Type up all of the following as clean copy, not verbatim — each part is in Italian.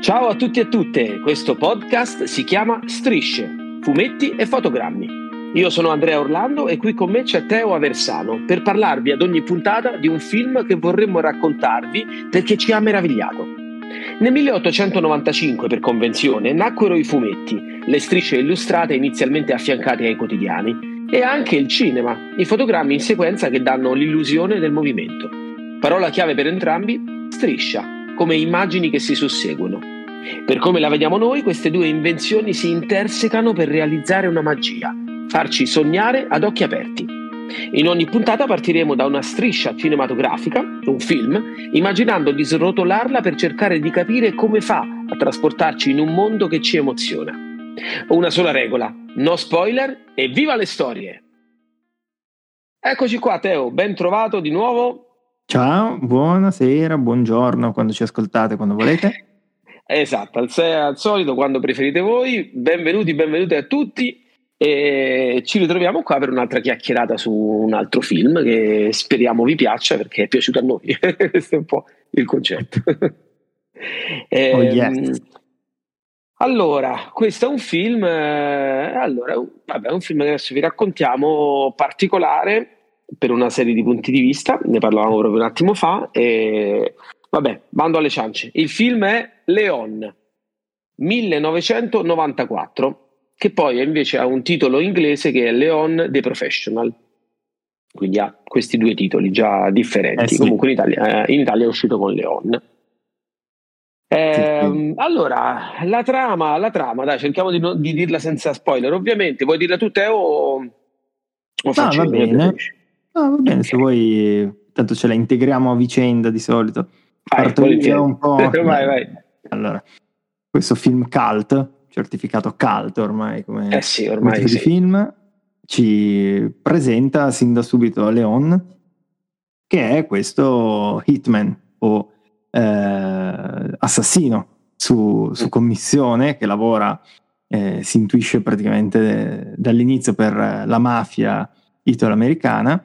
Ciao a tutti e a tutte, questo podcast si chiama Strisce, fumetti e fotogrammi. Io sono Andrea Orlando e qui con me c'è Teo Aversano per parlarvi ad ogni puntata di un film che vorremmo raccontarvi perché ci ha meravigliato. Nel 1895, per convenzione, nacquero i fumetti, le strisce illustrate inizialmente affiancate ai quotidiani, e anche il cinema, i fotogrammi in sequenza che danno l'illusione del movimento. Parola chiave per entrambi, striscia, come immagini che si susseguono. Per come la vediamo noi, queste due invenzioni si intersecano per realizzare una magia, farci sognare ad occhi aperti. In ogni puntata partiremo da una striscia cinematografica, un film, immaginando di srotolarla per cercare di capire come fa a trasportarci in un mondo che ci emoziona. Una sola regola, no spoiler e viva le storie! Eccoci qua Teo, ben trovato di nuovo. Ciao, buonasera, buongiorno, quando ci ascoltate, quando volete. Esatto, al solito, quando preferite voi. Benvenuti a tutti e ci ritroviamo qua per un'altra chiacchierata su un altro film che speriamo vi piaccia perché è piaciuto a noi. Questo è un po' il concetto. Oh yes. Allora, questo è un film, un film che adesso vi raccontiamo particolare per una serie di punti di vista, ne parlavamo proprio un attimo fa e vabbè, bando alle ciance. Il film è Leon, 1994, che poi invece ha un titolo inglese che è Leon the Professional, quindi ha questi due titoli già differenti. Sì. Comunque in Italia è uscito con Leon. Sì. Allora, la trama, dai, cerchiamo di dirla senza spoiler. Ovviamente, vuoi dirla tu, Teo, o faccio Va bene. Va bene, Okay. Se vuoi, tanto ce la integriamo a vicenda di solito. Parto Volentieri. io un po'. Vai. Allora, questo film cult, certificato cult ormai come Ormai tipo di film, ci presenta sin da subito Leon, che è questo hitman o assassino su commissione che lavora, si intuisce praticamente dall'inizio per la mafia italo-americana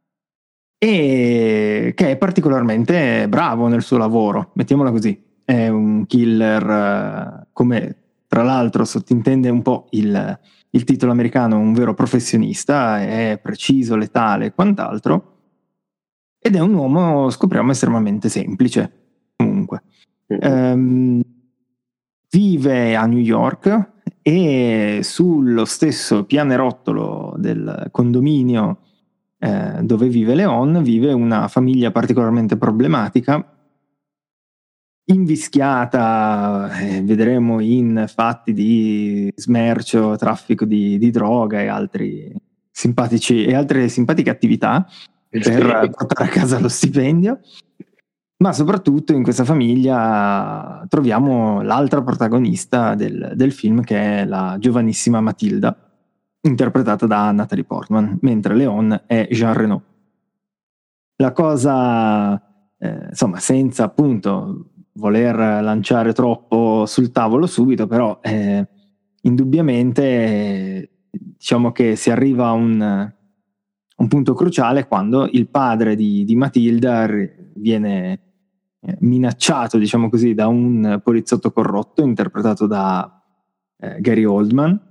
e che è particolarmente bravo nel suo lavoro, mettiamola così. È un killer, come tra l'altro sottintende un po' il titolo americano, un vero professionista, è preciso, letale e quant'altro, ed è un uomo, scopriamo, estremamente semplice comunque. Vive a New York e sullo stesso pianerottolo del condominio dove vive Leon vive una famiglia particolarmente problematica, invischiata, vedremo, in fatti di smercio, traffico di droga e altre simpatiche attività per portare a casa lo stipendio. Ma soprattutto in questa famiglia troviamo l'altra protagonista del film, che è la giovanissima Matilda, interpretata da Natalie Portman, mentre Leon è Jean Reno. La cosa, insomma, senza appunto voler lanciare troppo sul tavolo subito, però indubbiamente diciamo che si arriva a un punto cruciale quando il padre di Matilda viene minacciato, diciamo così, da un poliziotto corrotto interpretato da Gary Oldman,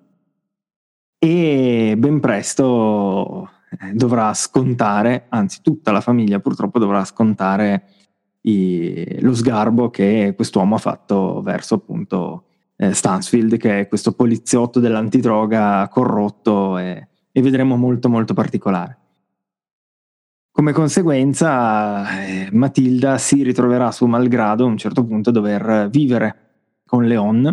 e ben presto dovrà scontare, anzi tutta la famiglia purtroppo dovrà scontare lo sgarbo che quest'uomo ha fatto verso appunto Stansfield, che è questo poliziotto dell'antidroga corrotto e vedremo molto molto particolare. Come conseguenza Matilda si ritroverà a suo malgrado a un certo punto a dover vivere con Leon.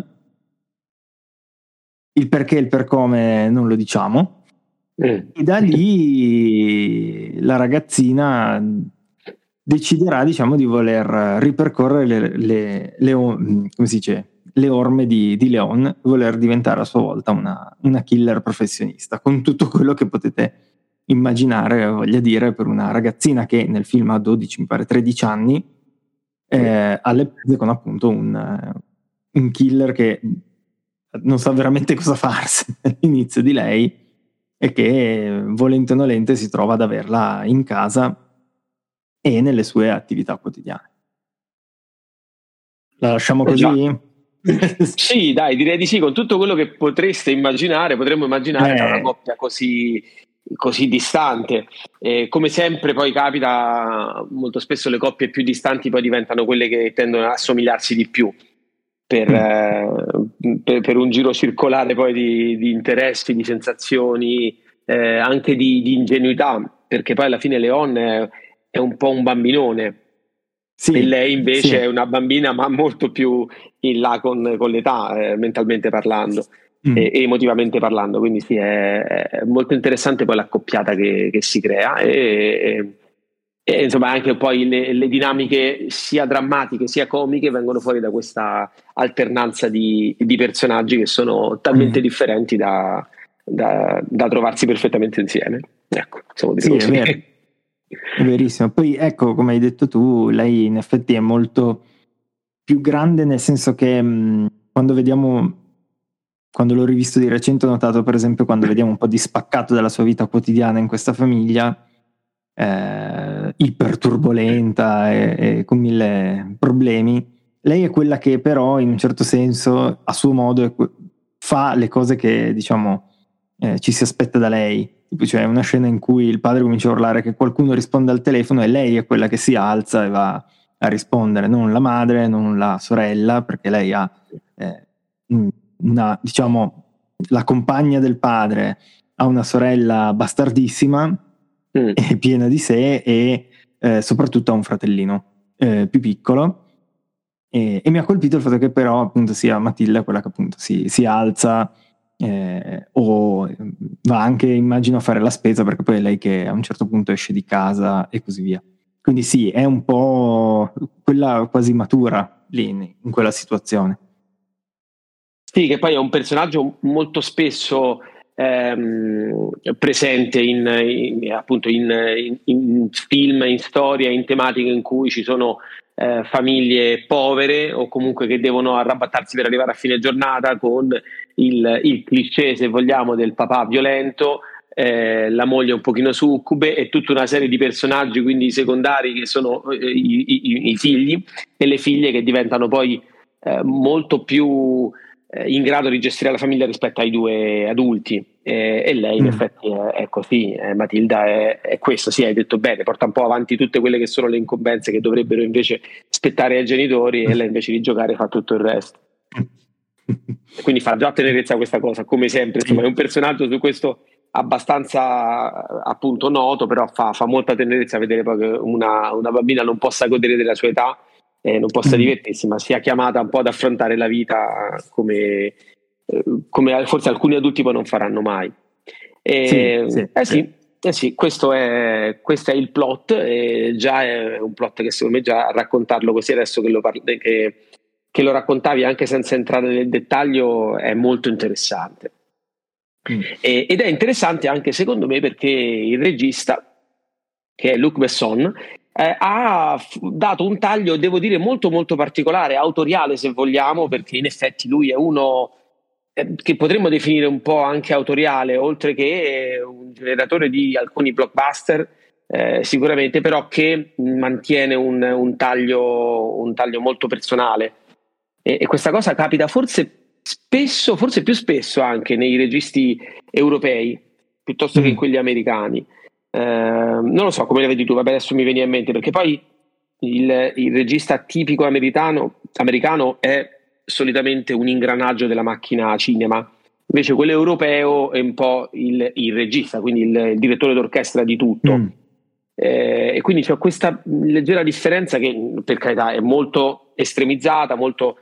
Il perché e il per come non lo diciamo. E da lì la ragazzina deciderà, diciamo, di voler ripercorrere le orme di Leon, voler diventare a sua volta una killer professionista, con tutto quello che potete immaginare voglia dire per una ragazzina che nel film ha 12, mi pare 13 anni, alle prese con appunto un killer che non sa veramente cosa farsi all'inizio di lei e che volente o nolente si trova ad averla in casa e nelle sue attività quotidiane. La lasciamo così? Sì, dai, direi di sì, con tutto quello che potremmo immaginare da una coppia così distante. Come sempre poi capita, molto spesso le coppie più distanti poi diventano quelle che tendono a assomigliarsi di più per un giro circolare poi di interessi, di sensazioni, anche di ingenuità, perché poi alla fine Leon è un po' un bambinone. Sì, e lei invece sì. è una bambina, ma molto più in là con l'età, mentalmente parlando e emotivamente parlando. Quindi sì, è molto interessante poi l'accoppiata che si crea e insomma anche poi le dinamiche sia drammatiche sia comiche vengono fuori da questa alternanza di personaggi che sono talmente differenti da trovarsi perfettamente insieme. Ecco, possiamo dire Sì, così. è vero. È verissimo. Poi ecco, come hai detto tu, lei in effetti è molto più grande, nel senso che quando l'ho rivisto di recente ho notato per esempio quando vediamo un po' di spaccato della sua vita quotidiana in questa famiglia, iper turbolenta e con mille problemi, lei è quella che però in un certo senso a suo modo fa le cose che diciamo ci si aspetta da lei. Tipo, c'è una scena in cui il padre comincia a urlare che qualcuno risponde al telefono e lei è quella che si alza e va a rispondere, non la madre, non la sorella, perché lei ha diciamo, la compagna del padre ha una sorella bastardissima e piena di sé e soprattutto ha un fratellino più piccolo e mi ha colpito il fatto che però appunto sia Matilda quella che appunto si alza o va anche, immagino, a fare la spesa, perché poi è lei che a un certo punto esce di casa e così via. Quindi sì, è un po' quella quasi matura lì in quella situazione. Sì, che poi è un personaggio molto spesso presente appunto in film, in storia, in tematiche in cui ci sono famiglie povere o comunque che devono arrabattarsi per arrivare a fine giornata con il cliché, se vogliamo, del papà violento, la moglie un pochino succube e tutta una serie di personaggi quindi secondari che sono i figli e le figlie che diventano poi molto più in grado di gestire la famiglia rispetto ai due adulti e lei in effetti è così. Matilda è questo, sì, hai detto bene, porta un po' avanti tutte quelle che sono le incombenze che dovrebbero invece spettare ai genitori e lei invece di giocare fa tutto il resto. Quindi fa già tenerezza questa cosa, come sempre, insomma è un personaggio su questo abbastanza appunto noto, però fa molta tenerezza vedere poi che una bambina non possa godere della sua età, non possa divertirsi, ma sia chiamata un po' ad affrontare la vita come forse alcuni adulti poi non faranno mai. Sì, questo è il plot, e già è un plot che secondo me già raccontarlo così adesso che lo raccontavi anche senza entrare nel dettaglio è molto interessante. Ed è interessante anche secondo me perché il regista, che è Luc Besson, ha dato un taglio, devo dire, molto molto particolare, autoriale se vogliamo, perché in effetti lui è uno che potremmo definire un po' anche autoriale, oltre che un generatore di alcuni blockbuster, sicuramente, però che mantiene un taglio molto personale. E questa cosa capita forse più spesso anche nei registi europei, piuttosto che in quelli americani. Non lo so come la vedi tu, vabbè, adesso mi viene in mente, perché poi il regista tipico americano è solitamente un ingranaggio della macchina cinema, invece quello europeo è un po' il regista, quindi il direttore d'orchestra di tutto. E quindi c'è questa leggera differenza che per carità è molto estremizzata, molto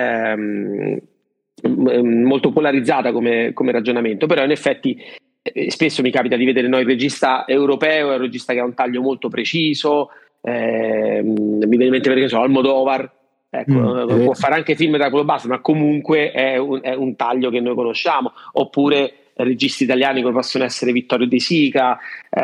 polarizzata come ragionamento, però in effetti spesso mi capita di vedere il regista europeo è un regista che ha un taglio molto preciso, mi viene in mente perché so Almodovar, ecco, può fare anche film da blockbuster, ma comunque è un taglio che noi conosciamo, oppure registi italiani come possono essere Vittorio De Sica,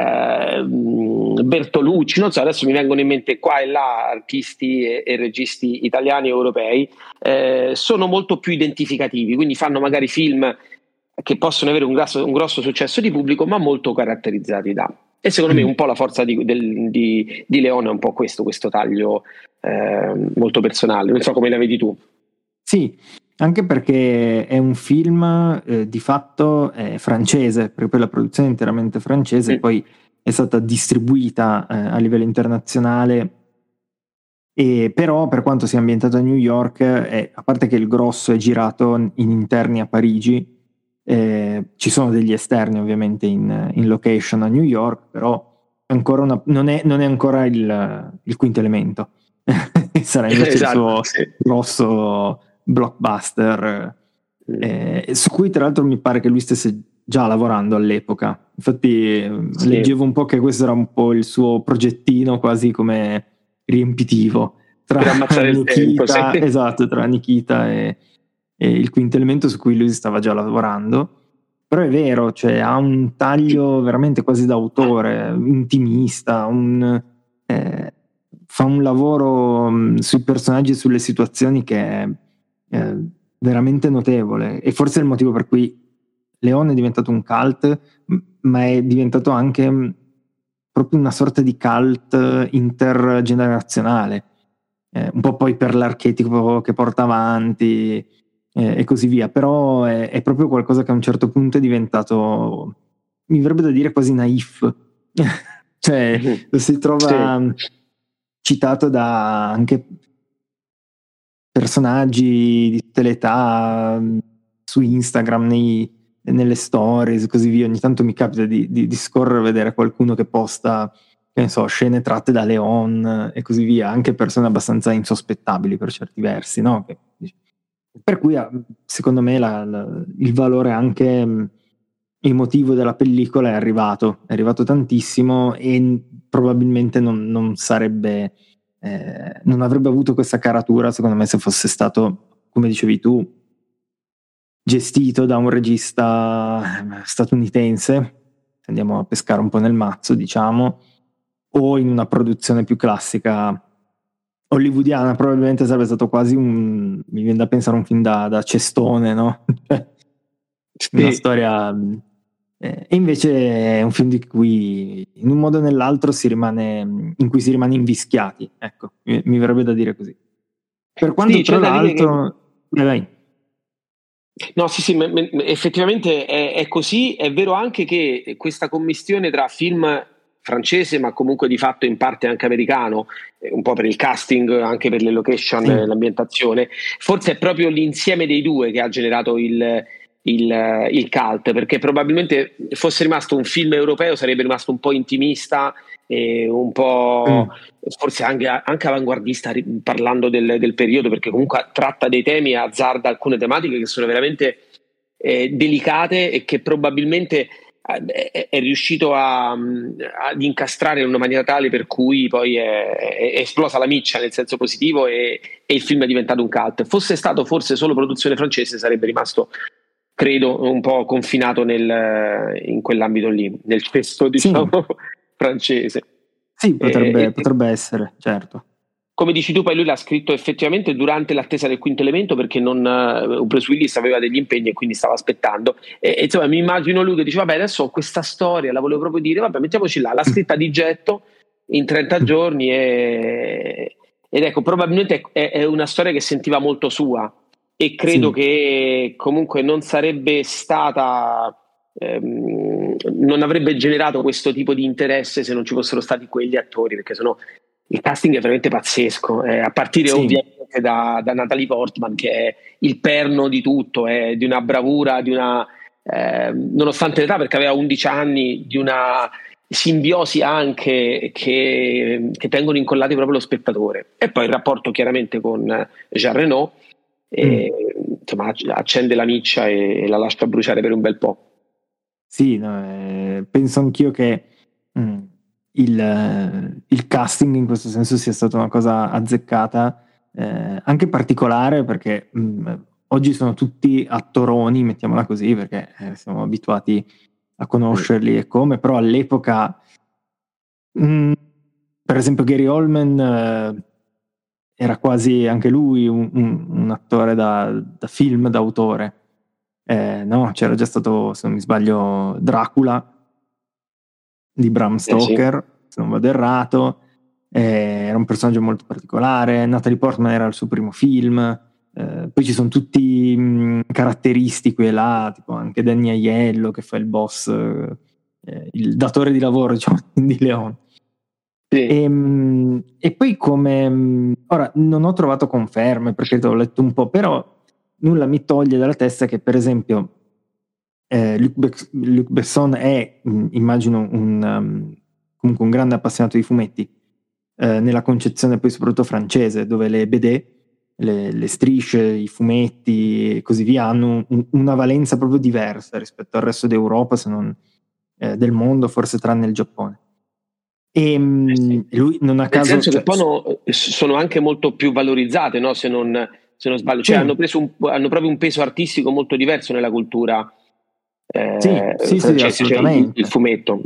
Bertolucci, non so, adesso mi vengono in mente qua e là artisti e registi italiani e europei, sono molto più identificativi, quindi fanno magari film che possono avere un grosso successo di pubblico, ma molto caratterizzati da. E secondo me un po' la forza di Leone è un po' questo taglio molto personale. Non so come la vedi tu. Sì, Anche perché è un film di fatto francese, perché poi la produzione è interamente francese, poi è stata distribuita a livello internazionale, e però per quanto sia ambientato a New York, a parte che il grosso è girato in interni a Parigi, ci sono degli esterni ovviamente in location a New York, però ancora non è ancora il quinto elemento. Sarà invece il suo grosso blockbuster, su cui tra l'altro mi pare che lui stesse già lavorando all'epoca. Infatti leggevo un po' che questo era un po' il suo progettino quasi come riempitivo tra per ammazzare il tempo, sì. Esatto, tra Nikita e il quinto elemento, su cui lui stava già lavorando. Però è vero, cioè ha un taglio veramente quasi d'autore, intimista, fa un lavoro sui personaggi e sulle situazioni che è veramente notevole, e forse è il motivo per cui Leone è diventato un cult, ma è diventato anche proprio una sorta di cult intergenerazionale, un po' poi per l'archetipo che porta avanti e così via, però è proprio qualcosa che a un certo punto è diventato, mi verrebbe da dire, quasi naif. Cioè si trova citato da anche personaggi di tutte le età su Instagram, nelle stories, così via. Ogni tanto mi capita di scorrere a vedere qualcuno che posta, che ne so, scene tratte da Leon e così via, anche persone abbastanza insospettabili per certi versi, no? Per cui secondo me il valore anche emotivo della pellicola è arrivato tantissimo, e probabilmente non sarebbe, non avrebbe avuto questa caratura secondo me se fosse stato, come dicevi tu, gestito da un regista statunitense, se andiamo a pescare un po' nel mazzo, diciamo, o in una produzione più classica hollywoodiana. Probabilmente sarebbe stato quasi mi viene da pensare, un film da cestone, no? Una storia, e invece è un film di cui in un modo o nell'altro in cui si rimane invischiati, ecco, mi verrebbe da dire così. Per quanto tra l'altro vai. No, sì, effettivamente è così. È vero anche che questa commistione tra film francese, ma comunque di fatto in parte anche americano, un po' per il casting, anche per le location, l'ambientazione, forse è proprio l'insieme dei due che ha generato il cult, perché probabilmente fosse rimasto un film europeo sarebbe rimasto un po' intimista e un po' forse anche avanguardista, parlando del periodo, perché comunque tratta dei temi e azzarda alcune tematiche che sono veramente delicate e che probabilmente è riuscito ad incastrare in una maniera tale per cui poi è esplosa la miccia nel senso positivo, e il film è diventato un cult. Fosse stato forse solo produzione francese sarebbe rimasto, credo, un po' confinato in quell'ambito lì, nel cesto, diciamo, francese. Sì, potrebbe essere, certo. Come dici tu, poi lui l'ha scritto effettivamente durante l'attesa del quinto elemento, perché Bruce Willis aveva degli impegni e quindi stava aspettando. E insomma, mi immagino lui che dice: vabbè, adesso ho questa storia, la volevo proprio dire, vabbè, mettiamoci là, l'ha scritta di getto in 30 giorni ed ecco, probabilmente è una storia che sentiva molto sua, e credo che comunque non sarebbe stata non avrebbe generato questo tipo di interesse se non ci fossero stati quegli attori, perché sennò il casting è veramente pazzesco, a partire ovviamente da Natalie Portman, che è il perno di tutto, è di una bravura, di una nonostante l'età, perché aveva 11 anni, di una simbiosi anche che tengono incollati proprio lo spettatore. E poi il rapporto chiaramente con Jean Reno, insomma, accende la miccia e la lascia bruciare per un bel po'. Sì, no, penso anch'io che il casting in questo senso sia stata una cosa azzeccata, anche particolare, perché oggi sono tutti attoroni, mettiamola così, perché siamo abituati a conoscerli e come, però all'epoca per esempio Gary Oldman era quasi anche lui un attore da film d'autore. No, c'era già stato, se non mi sbaglio, Dracula di Bram Stoker, se non vado errato. Era un personaggio molto particolare. Natalie Portman era il suo primo film, poi ci sono tutti caratteristici qui e là, tipo anche Danny Aiello che fa il boss, il datore di lavoro, diciamo, di Leone. Sì. E poi ora non ho trovato conferme perché ho letto un po', però nulla mi toglie dalla testa che per esempio Luc Besson è, immagino, comunque un grande appassionato di fumetti, nella concezione poi soprattutto francese, dove le BD, le strisce, i fumetti e così via hanno una valenza proprio diversa rispetto al resto d'Europa, se non del mondo, forse tranne il Giappone. E lui non a caso, nel senso che poi sono anche molto più valorizzate, no? Se non sbaglio, cioè hanno proprio un peso artistico molto diverso nella cultura sì, francese, cioè assolutamente. il fumetto.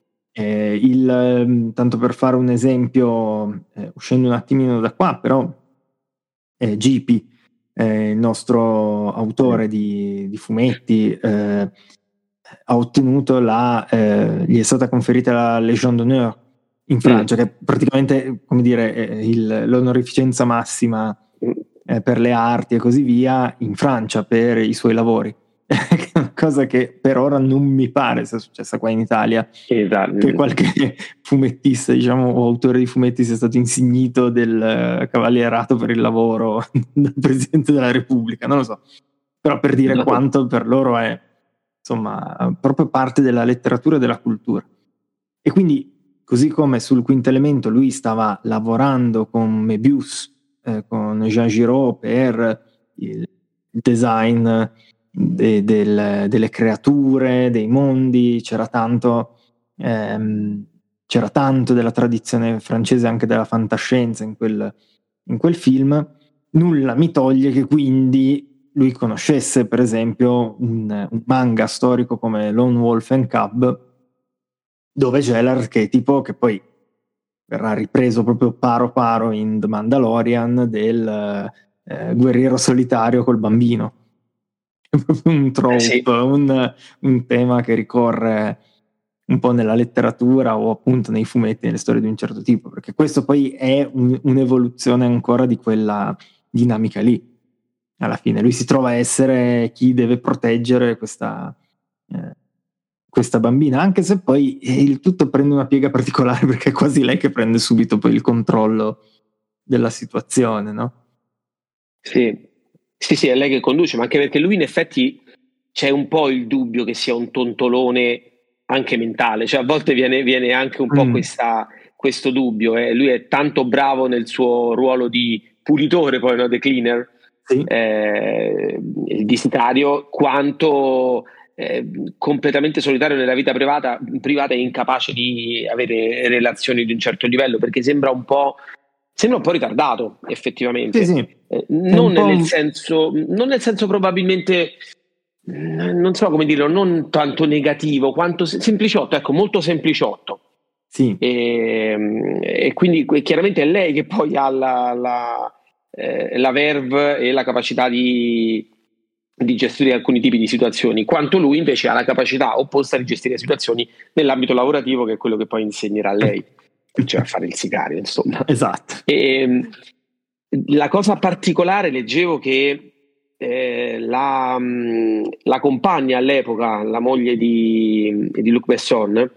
Tanto per fare un esempio, uscendo un attimino da qua, però GP, il nostro autore di fumetti, ha ottenuto gli è stata conferita la Légion d'honneur in Francia, che è praticamente, come dire, l'onorificenza massima per le arti e così via in Francia per i suoi lavori. È una cosa che per ora non mi pare sia successa qua in Italia, che qualche fumettista, diciamo, o autore di fumetti sia stato insignito del cavalierato per il lavoro dal Presidente della Repubblica, non lo so. Però per dire quanto per loro è, insomma, proprio parte della letteratura e della cultura. E quindi, così come sul Quinto Elemento lui stava lavorando con Möbius, con Jean Giraud per il design delle creature, dei mondi, c'era tanto della tradizione francese, anche della fantascienza in quel film. Nulla mi toglie che quindi lui conoscesse per esempio un manga storico come Lone Wolf and Cub, dove c'è l'archetipo che poi verrà ripreso proprio paro paro in The Mandalorian del guerriero solitario col bambino. È proprio un trope, sì. un tema che ricorre un po' nella letteratura o appunto nei fumetti, nelle storie di un certo tipo, perché questo poi è un'evoluzione ancora di quella dinamica lì. Alla fine lui si trova a essere chi deve proteggere questa bambina, anche se poi il tutto prende una piega particolare perché è quasi lei che prende subito poi il controllo della situazione, no? Sì, è lei che conduce, ma anche perché lui in effetti c'è un po' il dubbio che sia un tontolone anche mentale, cioè a volte viene anche un po' questo dubbio. Lui è tanto bravo nel suo ruolo di pulitore, poi no, the cleaner, sì. Il disitario, quanto completamente solitario nella vita privata e incapace di avere relazioni di un certo livello, perché sembra un po' ritardato effettivamente. Sì. Non nel senso probabilmente, non so come dirlo, non tanto negativo quanto sempliciotto, ecco, molto sempliciotto. Sì. E quindi chiaramente è lei che poi ha la verve e la capacità di gestire alcuni tipi di situazioni, quanto lui invece ha la capacità opposta di gestire situazioni nell'ambito lavorativo, che è quello che poi insegnerà a lei, cioè a fare il sicario, insomma. Esatto. E la cosa particolare, leggevo che la compagna all'epoca, la moglie di Luc Besson,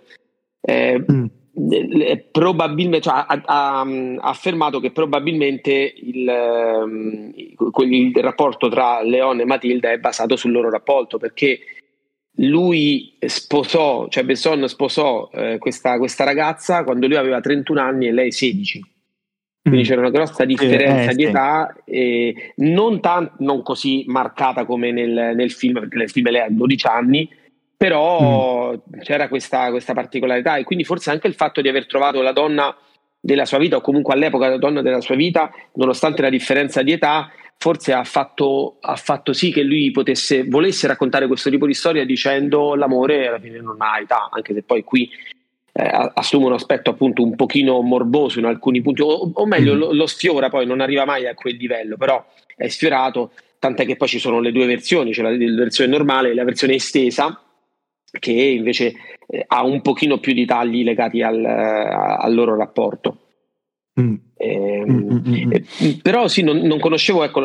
probabilmente, cioè, ha affermato che probabilmente il rapporto tra Leone e Matilda è basato sul loro rapporto, perché lui sposò, cioè Besson sposò questa ragazza quando lui aveva 31 anni e lei 16. Quindi c'era una grossa differenza di età, non così marcata come nel film, perché nel film lei ha 12 anni, però c'era questa particolarità, e quindi forse anche il fatto di aver trovato la donna della sua vita, o comunque all'epoca la donna della sua vita, nonostante la differenza di età, forse ha fatto sì che lui volesse raccontare questo tipo di storia dicendo l'amore alla fine non ha età, anche se poi qui assume un aspetto appunto un pochino morboso in alcuni punti, o meglio lo sfiora, poi non arriva mai a quel livello, però è sfiorato, tant'è che poi ci sono le due versioni, c'è la versione normale e la versione estesa, che invece ha un pochino più di tagli legati al loro rapporto. Però sì, non conoscevo, ecco,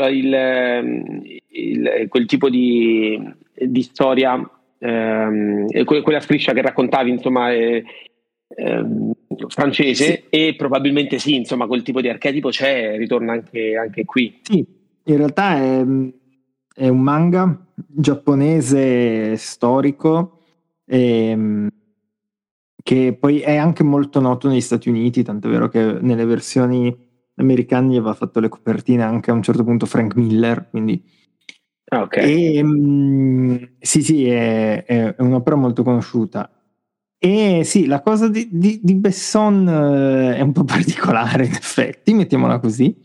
quel tipo di storia, quella striscia che raccontavi, insomma, francese, Sì. e probabilmente sì, insomma, quel tipo di archetipo ritorna anche qui. Sì, in realtà è un manga giapponese storico, che poi è anche molto noto negli Stati Uniti, tanto è vero che nelle versioni americane aveva fatto le copertine anche a un certo punto Frank Miller, quindi Okay. sì, è un'opera molto conosciuta. E sì, la cosa di Besson è un po' particolare, in effetti, mettiamola così.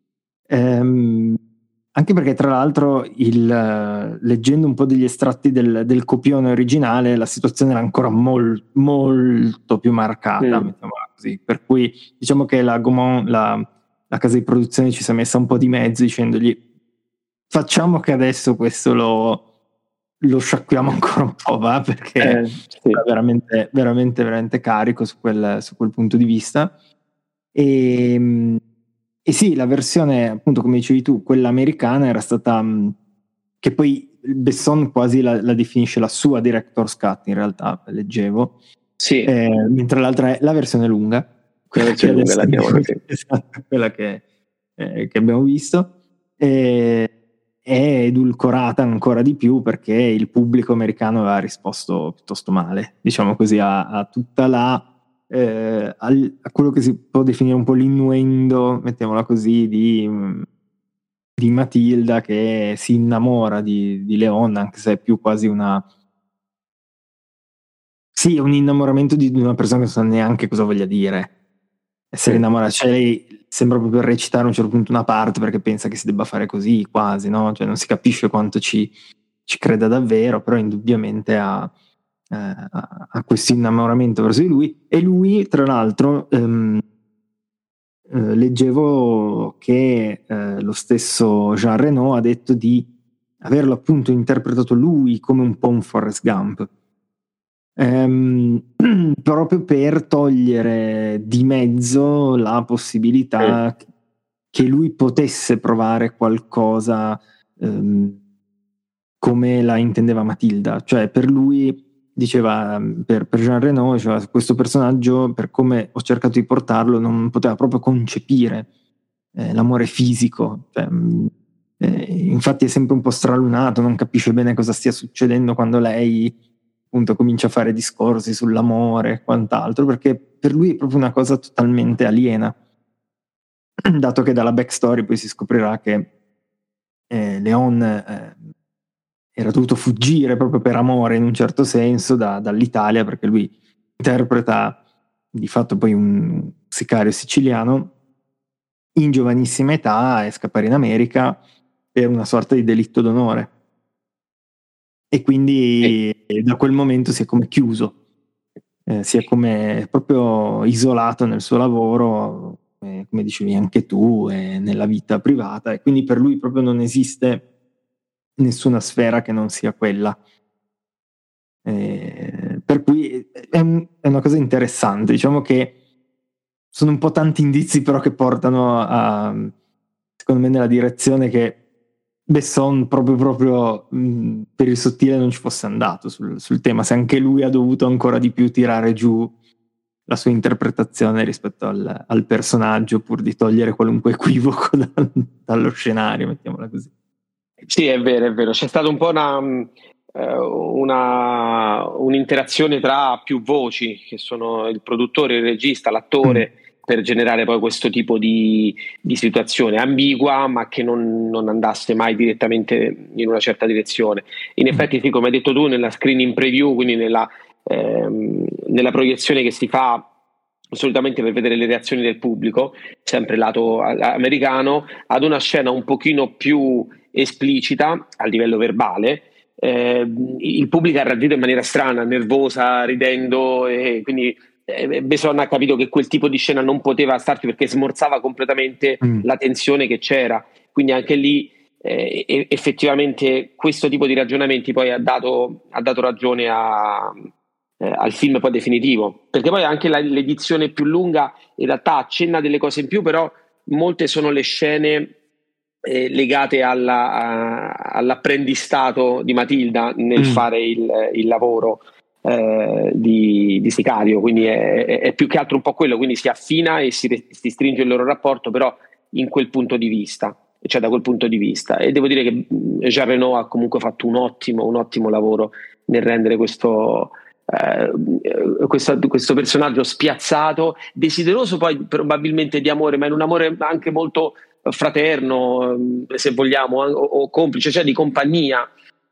Anche perché, tra l'altro, leggendo un po' degli estratti del copione originale, la situazione era ancora molto più marcata, mettiamola così. Per cui diciamo che la Gaumont, la casa di produzione, ci si è messa un po' di mezzo dicendogli: facciamo che adesso questo lo sciacquiamo ancora un po', va, perché Sì. era veramente carico su quel punto di vista. E sì, la versione, appunto, come dicevi tu, quella americana era stata, che poi Besson quasi la definisce la sua director's cut, in realtà, leggevo. Sì. Mentre l'altra è la versione lunga, quella che lunga, adesso la chiamano, sì. esatto, quella che abbiamo visto. È edulcorata ancora di più perché il pubblico americano aveva risposto piuttosto male, diciamo così, a tutta a quello che si può definire un po' l'innuendo, mettiamola così, di Matilda che si innamora di Leon, anche se è più quasi sì, un innamoramento di una persona che non sa neanche cosa voglia dire essere innamorata. Cioè, lei sembra proprio recitare a un certo punto una parte perché pensa che si debba fare così, quasi, no? Cioè, non si capisce quanto ci creda davvero, però indubbiamente ha questo innamoramento verso di lui. E lui, tra l'altro, leggevo che lo stesso Jean Reno ha detto di averlo appunto interpretato lui come un po' un Forrest Gump. Proprio per togliere di mezzo la possibilità che lui potesse provare qualcosa come la intendeva Matilda. Cioè, per lui, diceva, per Jean Reno, diceva, questo personaggio, per come ho cercato di portarlo, non poteva proprio concepire l'amore fisico. Cioè, infatti è sempre un po' stralunato, non capisce bene cosa stia succedendo quando lei, appunto, comincia a fare discorsi sull'amore e quant'altro, perché per lui è proprio una cosa totalmente aliena, dato che dalla backstory poi si scoprirà che Leon era dovuto fuggire proprio per amore, in un certo senso, dall'Italia, perché lui interpreta di fatto poi un sicario siciliano in giovanissima età e scappare in America per una sorta di delitto d'onore. E quindi da quel momento si è come chiuso, si è come proprio isolato nel suo lavoro, come dicevi anche tu, nella vita privata, e quindi per lui proprio non esiste nessuna sfera che non sia quella. Per cui è una cosa interessante, diciamo che sono un po' tanti indizi però che portano secondo me, nella direzione che Besson proprio per il sottile non ci fosse andato sul tema, se anche lui ha dovuto ancora di più tirare giù la sua interpretazione rispetto al personaggio, pur di togliere qualunque equivoco dallo scenario, mettiamola così. Sì, è vero, c'è stata un po' un'interazione tra più voci, che sono il produttore, il regista, l'attore, per generare poi questo tipo di situazione ambigua, ma che non andasse mai direttamente in una certa direzione. In effetti sì, come hai detto tu, nella screening preview, quindi nella proiezione che si fa solitamente per vedere le reazioni del pubblico, sempre lato americano, ad una scena un pochino più esplicita a livello verbale, il pubblico ha reagito in maniera strana, nervosa, ridendo, e quindi Besson ha capito che quel tipo di scena non poteva starci perché smorzava completamente la tensione che c'era. Quindi anche lì effettivamente questo tipo di ragionamenti poi ha dato ragione al film poi definitivo, perché poi anche l'edizione più lunga in realtà accenna delle cose in più, però molte sono le scene legate all'apprendistato di Matilda nel fare il lavoro di sicario, quindi è più che altro un po' quello, quindi si affina e si stringe il loro rapporto, però in quel punto di vista, cioè da quel punto di vista. E devo dire che Jean Reno ha comunque fatto un ottimo lavoro nel rendere questo personaggio spiazzato, desideroso poi probabilmente di amore, ma in un amore anche molto fraterno, se vogliamo, o complice, cioè di compagnia.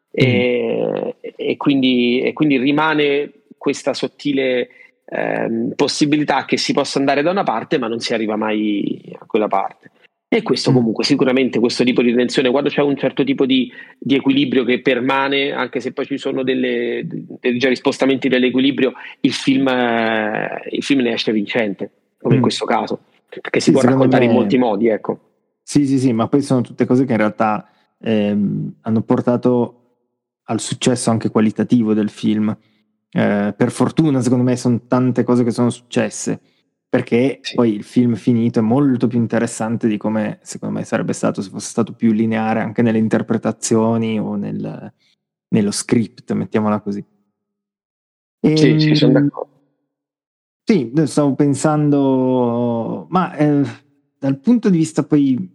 E quindi rimane questa sottile possibilità che si possa andare da una parte, ma non si arriva mai a quella parte. E questo comunque sicuramente, questo tipo di tensione, quando c'è un certo tipo di equilibrio che permane, anche se poi ci sono dei spostamenti dell'equilibrio, il film ne esce vincente, come in questo caso, perché si può raccontare in molti modi, ecco. Sì, ma poi sono tutte cose che in realtà hanno portato al successo anche qualitativo del film. Per fortuna, secondo me, sono tante cose che sono successe, perché poi il film finito è molto più interessante di come secondo me sarebbe stato se fosse stato più lineare anche nelle interpretazioni o nello script, mettiamola così. Sì, sono d'accordo. Sì, stavo pensando, ma dal punto di vista poi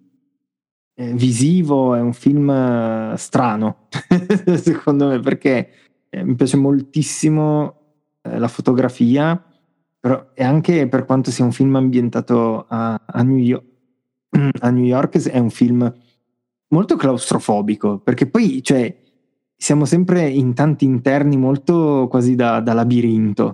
visivo è un film strano, secondo me, perché mi piace moltissimo la fotografia, però e anche per quanto sia un film ambientato a New York, è un film molto claustrofobico, perché poi cioè, siamo sempre in tanti interni molto quasi da labirinto.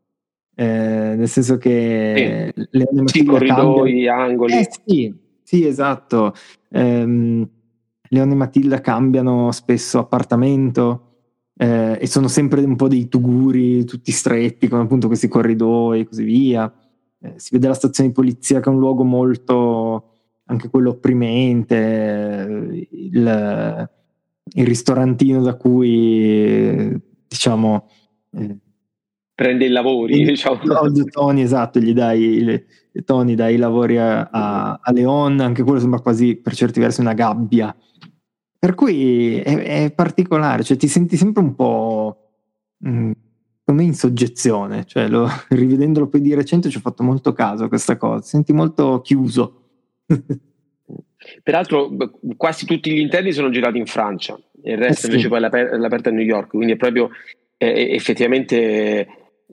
Nel senso che Leone Matilda corridoi, angoli. Sì, esatto. Leone e Matilda cambiano spesso appartamento e sono sempre un po' dei tuguri tutti stretti, come appunto questi corridoi e così via. Si vede la stazione di polizia che è un luogo molto, anche quello opprimente, il ristorantino da cui diciamo prende i lavori, diciamo. Tony, esatto, gli dai Tony, dai i lavori a Leon, anche quello sembra quasi per certi versi una gabbia, per cui è particolare, cioè ti senti sempre un po' come in soggezione, cioè rivedendolo poi di recente ci ho fatto molto caso a questa cosa, ti senti molto chiuso. Peraltro quasi tutti gli interni sono girati in Francia, il resto invece poi è all'aperto a New York, quindi è proprio effettivamente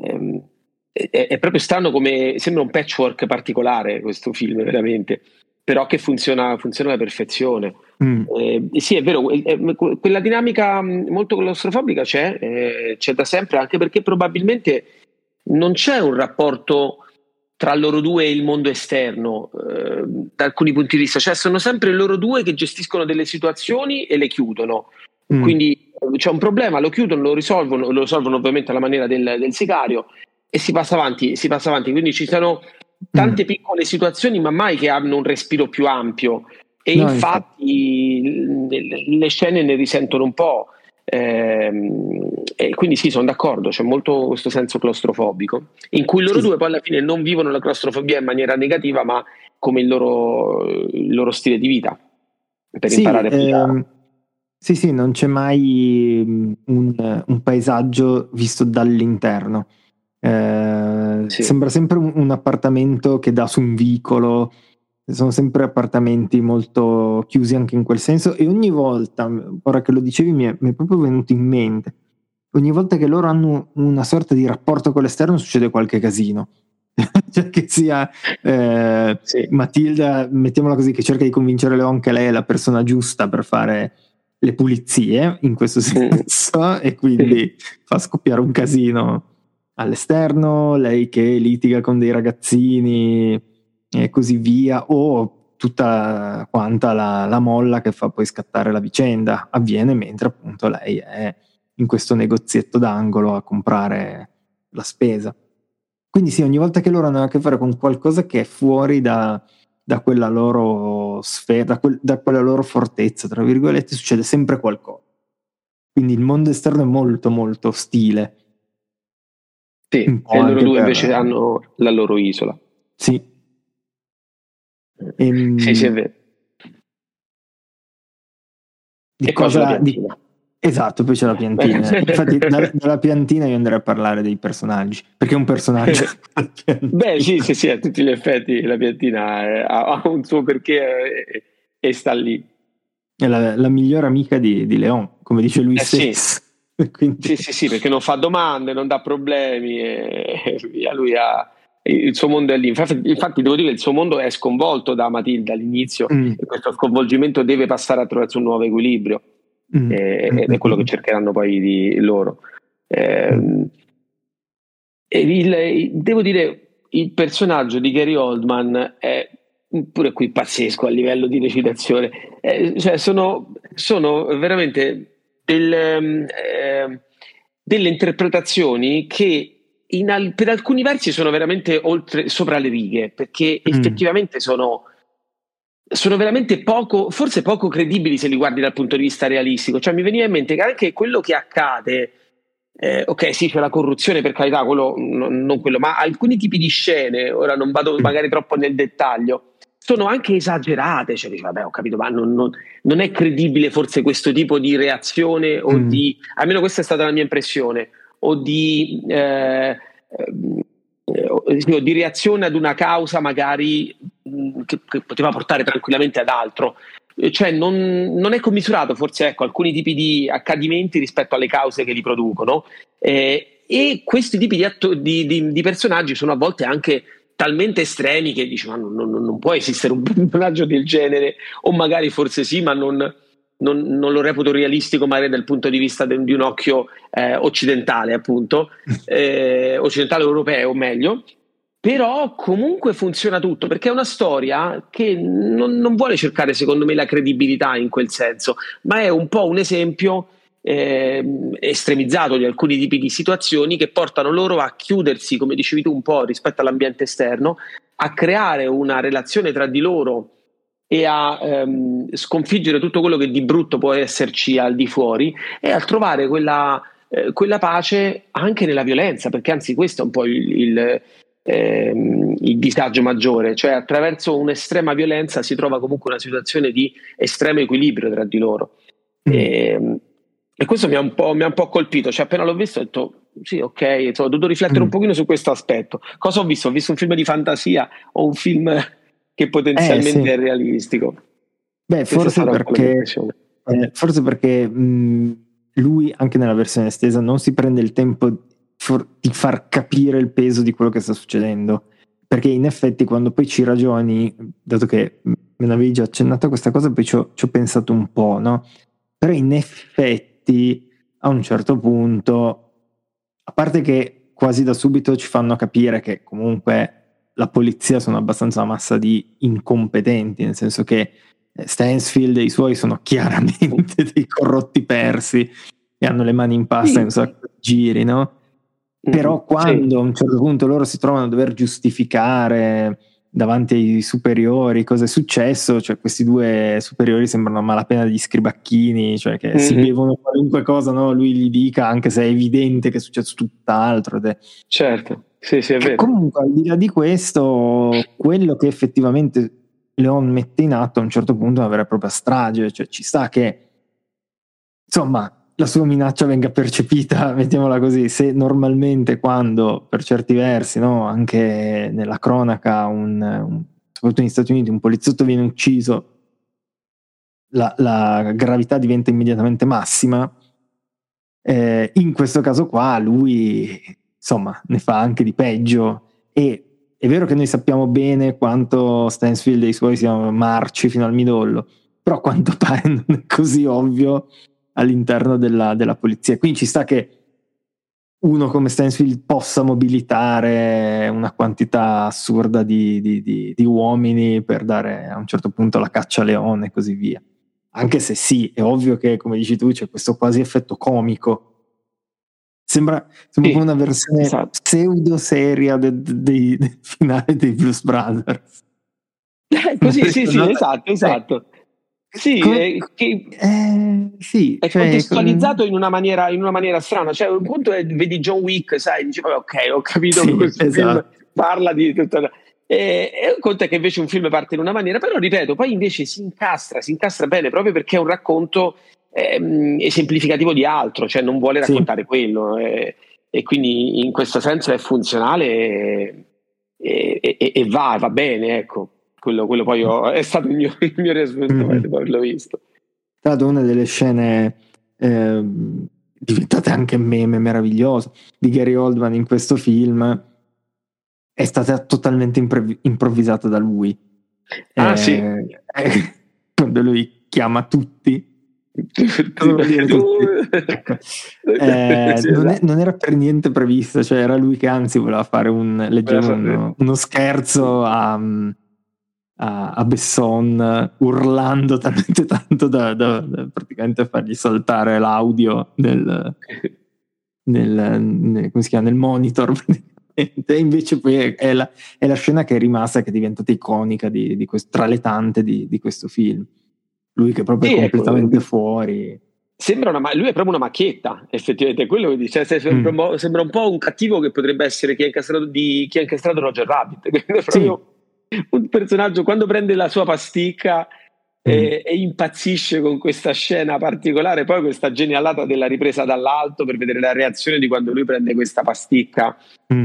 è proprio strano, come sembra un patchwork particolare questo film veramente, però che funziona alla perfezione. Sì, è vero, quella dinamica molto claustrofobica c'è da sempre, anche perché probabilmente non c'è un rapporto tra loro due e il mondo esterno da alcuni punti di vista, cioè sono sempre loro due che gestiscono delle situazioni e le chiudono, quindi c'è un problema, lo chiudono, lo risolvono ovviamente alla maniera del sicario e si passa avanti, quindi ci sono tante piccole situazioni ma mai che hanno un respiro più ampio e infatti le scene ne risentono un po'. E quindi sì, sono d'accordo, c'è molto questo senso claustrofobico in cui loro due poi alla fine non vivono la claustrofobia in maniera negativa, ma come il loro stile di vita per imparare a sì, non c'è mai un paesaggio visto dall'interno, sembra sempre un appartamento che dà su un vicolo, sono sempre appartamenti molto chiusi anche in quel senso, e ogni volta, ora che lo dicevi mi è proprio venuto in mente, ogni volta che loro hanno una sorta di rapporto con l'esterno succede qualche casino. Cioè che sia Matilda, mettiamola così, che cerca di convincere Leon che lei è la persona giusta per fare le pulizie in questo senso e quindi fa scoppiare un casino all'esterno, lei che litiga con dei ragazzini e così via, o tutta quanta la molla che fa poi scattare la vicenda avviene mentre appunto lei è in questo negozietto d'angolo a comprare la spesa. Quindi sì, ogni volta che loro hanno a che fare con qualcosa che è fuori da quella loro sfera, da quella loro fortezza, tra virgolette, succede sempre qualcosa. Quindi il mondo esterno è molto molto ostile. Sì, e loro due invece hanno la loro isola. Sì. Sì, è vero. Esatto, poi c'è la piantina. Infatti dalla piantina io andrei a parlare dei personaggi, perché è un personaggio. Beh, sì, a tutti gli effetti la piantina ha un suo perché e sta lì. È la migliore amica di Leon, come dice lui stesso. Quindi... Sì, perché non fa domande, non dà problemi e via, lui ha il suo mondo è lì. Infatti devo dire che il suo mondo è sconvolto da Matilda all'inizio e questo sconvolgimento deve passare attraverso un nuovo equilibrio ed è quello che cercheranno poi di loro. Devo dire, il personaggio di Gary Oldman è pure qui pazzesco a livello di recitazione, cioè sono veramente delle interpretazioni che per alcuni versi sono veramente sopra le righe, perché effettivamente sono veramente forse poco credibili se li guardi dal punto di vista realistico. Cioè mi veniva in mente che anche quello che accade, ok, sì, c'è la corruzione, per carità, quello, non quello, ma alcuni tipi di scene, ora non vado magari troppo nel dettaglio, sono anche esagerate. Cioè dici, vabbè, ho capito, ma non è credibile forse questo tipo di reazione o almeno questa è stata la mia impressione, o di reazione ad una causa magari che poteva portare tranquillamente ad altro. Cioè non è commisurato forse, ecco, alcuni tipi di accadimenti rispetto alle cause che li producono, e questi tipi di personaggi sono a volte anche talmente estremi che dici, ma non può esistere un personaggio del genere, o magari forse sì, ma non lo reputo realistico magari dal punto di vista di un occhio occidentale, appunto, occidentale europeo meglio. Però comunque funziona tutto, perché è una storia che non vuole cercare, secondo me, la credibilità in quel senso, ma è un po' un esempio estremizzato di alcuni tipi di situazioni che portano loro a chiudersi, come dicevi tu, un po' rispetto all'ambiente esterno, a creare una relazione tra di loro e a sconfiggere tutto quello che di brutto può esserci al di fuori, e a trovare quella pace anche nella violenza, perché anzi questo è un po' il disagio maggiore, cioè attraverso un'estrema violenza si trova comunque una situazione di estremo equilibrio tra di loro. E questo mi ha un po' colpito, cioè appena l'ho visto ho detto sì, ok, ho dovuto riflettere un pochino su questo aspetto. Cosa ho visto? Ho visto un film di fantasia o un film che potenzialmente è realistico? Beh, forse perché lui anche nella versione estesa non si prende il tempo di far capire il peso di quello che sta succedendo, perché in effetti quando poi ci ragioni, dato che me ne avevi già accennato a questa cosa, poi ci ho pensato un po', no? Però in effetti a un certo punto, a parte che quasi da subito ci fanno capire che comunque la polizia sono abbastanza una massa di incompetenti, nel senso che Stansfield e i suoi sono chiaramente dei corrotti persi e hanno le mani in pasta in un sacco di giri, no? Però quando a un certo punto loro si trovano a dover giustificare davanti ai superiori cosa è successo, cioè questi due superiori sembrano a malapena degli scribacchini, cioè che si bevono qualunque cosa, no? Lui gli dica, anche se è evidente che è successo tutt'altro. Certo, sì, è vero. Comunque al di là di questo, quello che effettivamente Leon mette in atto a un certo punto è una vera e propria strage, cioè ci sta che insomma la sua minaccia venga percepita, mettiamola così. Se normalmente quando per certi versi, no, anche nella cronaca soprattutto negli Stati Uniti un poliziotto viene ucciso, la gravità diventa immediatamente massima, in questo caso qua lui insomma ne fa anche di peggio, e è vero che noi sappiamo bene quanto Stansfield e i suoi siano marci fino al midollo, però a quanto pare non è così ovvio all'interno della polizia. Quindi ci sta che uno come Stansfield possa mobilitare una quantità assurda di uomini per dare a un certo punto la caccia a Leone e così via. Anche se sì, è ovvio che, come dici tu, c'è questo quasi effetto comico. Sembra come una versione pseudo seria del finale dei Blues Brothers. Così, sì, esatto. Sì, sì, è contestualizzato in una maniera strana. Cioè, un punto è, vedi John Wick, sai, dici, ok, ho capito che questo film parla di tutto. E un conto è che invece un film parte in una maniera, però ripeto, poi invece si incastra bene proprio perché è un racconto esemplificativo di altro, cioè non vuole raccontare quello, e quindi in questo senso è funzionale e va bene, ecco. Quello poi è stato il mio riassunto dopo averlo visto. È stata una delle scene diventate anche meme meraviglioso di Gary Oldman in questo film. È stata totalmente improvvisata da lui. Sì. Quando lui chiama tutti. Cosa vuol dire tutti? Non era per niente previsto, cioè era lui che anzi voleva fare uno scherzo a Besson, urlando talmente tanto da praticamente fargli saltare l'audio come si chiama, nel monitor. E invece poi è la scena che è rimasta, che è diventata iconica tra le tante di questo film. Lui che proprio è completamente fuori. Lui è proprio una macchietta, effettivamente, è quello che dice. Sembra un po' un cattivo che potrebbe essere chi ha incastrato Roger Rabbit. È proprio un personaggio, quando prende la sua pasticca e impazzisce con questa scena particolare, poi questa genialata della ripresa dall'alto per vedere la reazione di quando lui prende questa pasticca.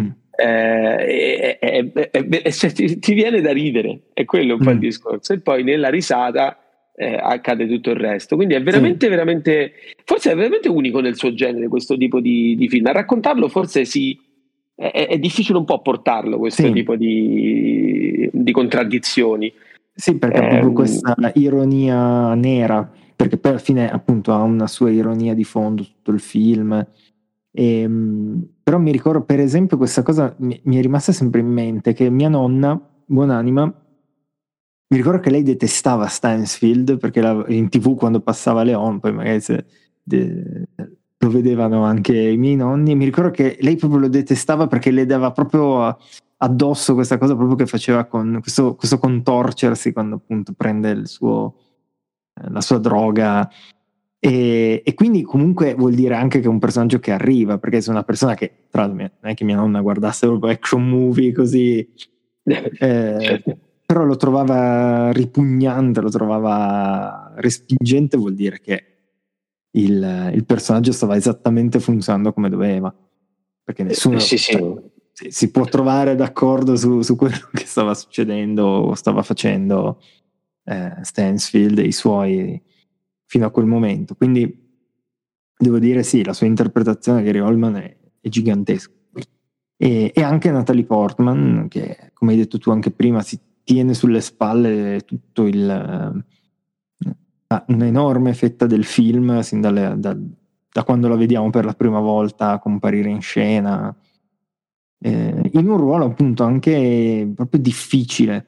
Ti viene da ridere, è quello un po' il discorso, e poi nella risata accade tutto il resto, quindi è veramente veramente, forse è veramente unico nel suo genere questo tipo di film. A raccontarlo forse è difficile un po' portarlo, questo tipo di contraddizioni. Sì, perché proprio questa ironia nera, perché poi alla fine appunto ha una sua ironia di fondo tutto il film. Però mi ricordo, per esempio, questa cosa mi è rimasta sempre in mente, che mia nonna, buonanima, mi ricordo che lei detestava Stansfield, perché in TV quando passava Leon, poi magari lo vedevano anche i miei nonni, mi ricordo che lei proprio lo detestava perché le dava proprio addosso questa cosa proprio che faceva con questo contorcersi quando appunto prende la sua droga. E quindi comunque vuol dire anche che è un personaggio che arriva, perché è una persona che, tra l'altro, non è che mia nonna guardasse proprio action movie così, certo. però lo trovava ripugnante, lo trovava respingente, vuol dire che il personaggio stava esattamente funzionando come doveva, perché nessuno si può trovare d'accordo su quello che stava succedendo o stava facendo Stansfield e i suoi fino a quel momento. Quindi devo dire sì, la sua interpretazione di Gary Oldman è gigantesca, e anche Natalie Portman, che come hai detto tu anche prima si tiene sulle spalle tutto un'enorme fetta del film sin da quando la vediamo per la prima volta comparire in scena, in un ruolo appunto anche proprio difficile,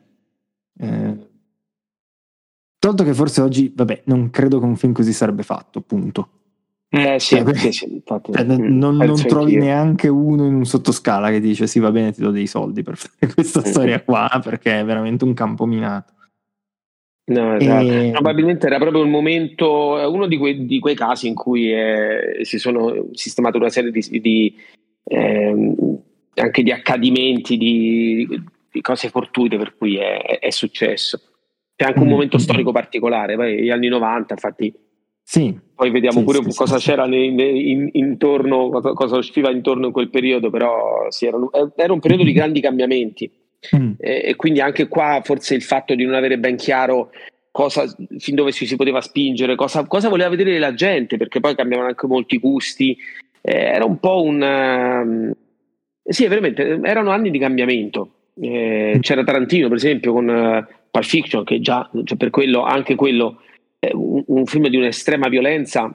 tanto che forse oggi, vabbè, non credo che un film così sarebbe fatto, appunto. Sì, infatti, non trovi neanche uno in un sottoscala che dice sì, va bene, ti do dei soldi per fare questa storia qua, perché è veramente un campo minato. No, esatto. Probabilmente era proprio il momento, uno di quei casi in cui si sono sistemate una serie anche di accadimenti, di cose fortuite per cui è successo. C'è anche un momento storico particolare, poi gli anni 90, infatti. Sì. Poi vediamo pure cosa c'era intorno, cosa usciva intorno in quel periodo, però era un periodo di grandi cambiamenti. E quindi anche qua forse il fatto di non avere ben chiaro fin dove si poteva spingere, cosa voleva vedere la gente, perché poi cambiavano anche molti gusti, era un po' sì, veramente erano anni di cambiamento. C'era Tarantino per esempio con Pulp Fiction, che già, cioè per quello, anche quello un film di un'estrema violenza,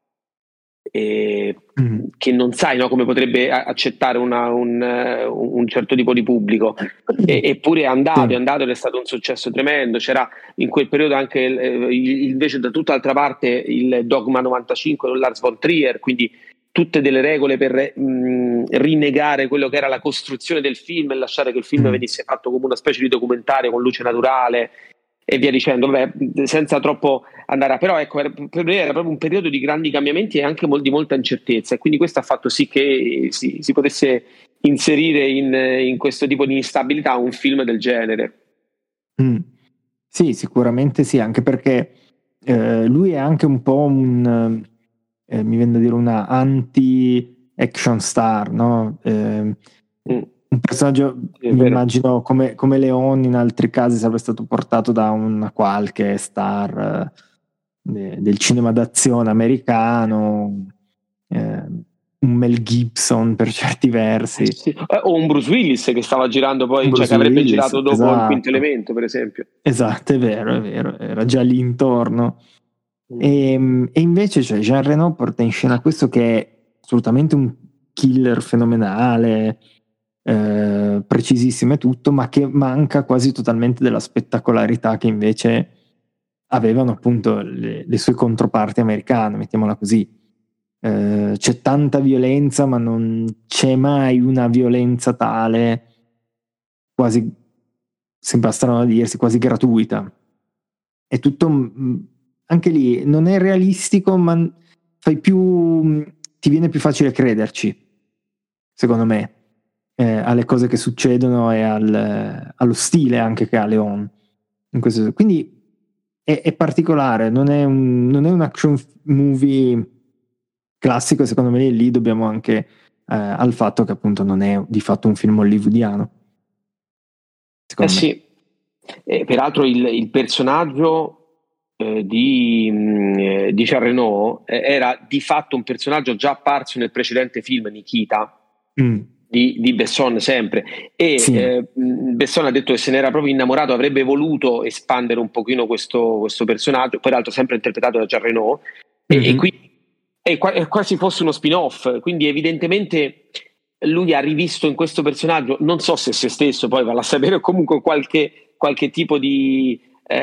che non sai, no, come potrebbe accettare un certo tipo di pubblico, eppure è andato ed è stato un successo tremendo. C'era in quel periodo anche invece da tutta l'altra parte il Dogma 95 con Lars von Trier, quindi tutte delle regole per rinnegare quello che era la costruzione del film e lasciare che il film venisse fatto come una specie di documentario con luce naturale e via dicendo, vabbè, senza troppo andare però ecco, per me era proprio un periodo di grandi cambiamenti e anche di molta incertezza, e quindi questo ha fatto sì che si potesse inserire in questo tipo di instabilità un film del genere. Sì, sicuramente sì, anche perché lui è anche un po' mi viene da dire una anti-action star, no? Un personaggio, mi immagino, come Leon in altri casi sarebbe stato portato da una qualche star del cinema d'azione americano, un Mel Gibson per certi versi. Sì. O un Bruce Willis che stava girando poi, cioè che avrebbe girato dopo Il Quinto Elemento, per esempio. Esatto, è vero, era già lì intorno. E invece, cioè, Jean Reno porta in scena questo che è assolutamente un killer fenomenale, precisissimo e tutto, ma che manca quasi totalmente della spettacolarità che invece avevano appunto le sue controparti americane, mettiamola così. C'è tanta violenza, ma non c'è mai una violenza tale, quasi, sembra strano a dirsi, quasi gratuita. È tutto, anche lì, non è realistico, ma ti viene più facile crederci, secondo me, alle cose che succedono e allo stile anche che ha Leon. Quindi è particolare, non è un action movie classico, secondo me lì dobbiamo anche al fatto che appunto non è di fatto un film hollywoodiano. Secondo me. Sì, peraltro il personaggio di Jean Reno era di fatto un personaggio già apparso nel precedente film Nikita di Besson sempre, e sì. Besson ha detto che se ne era proprio innamorato, avrebbe voluto espandere un pochino questo personaggio, peraltro sempre interpretato da Jean Reno, e quindi è quasi fosse uno spin-off, quindi evidentemente lui ha rivisto in questo personaggio, non so se stesso, poi va a sapere, comunque qualche tipo di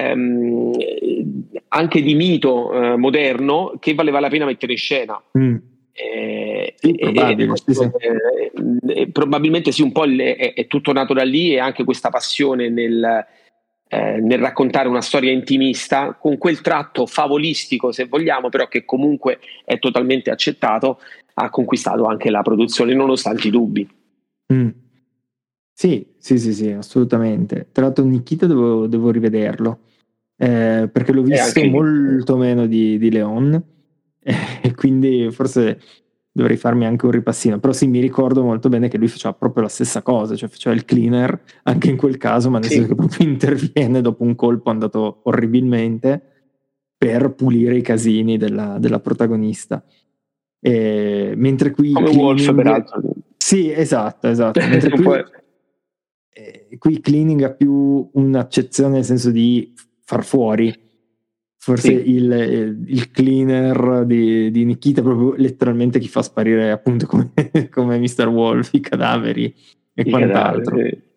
anche di mito moderno che valeva la pena mettere in scena. Sì, probabile, sì. Probabilmente sì, un po' è tutto nato da lì, e anche questa passione nel raccontare una storia intimista con quel tratto favolistico, se vogliamo, però che comunque è totalmente accettato, ha conquistato anche la produzione nonostante i dubbi. Sì, assolutamente. Tra l'altro Nikita devo rivederlo, perché l'ho visto molto meno di Leon, e quindi forse dovrei farmi anche un ripassino. Però sì, mi ricordo molto bene che lui faceva proprio la stessa cosa, cioè faceva il cleaner anche in quel caso, ma nel senso che proprio interviene dopo un colpo andato orribilmente per pulire i casini della protagonista. Mentre qui come Wolf, peraltro. Sì, esatto. Mentre qui Cleaning ha più un'accezione nel senso di far fuori. Forse il cleaner di Nikita, proprio letteralmente chi fa sparire, appunto, come Mr. Wolf, i cadaveri e quant'altro.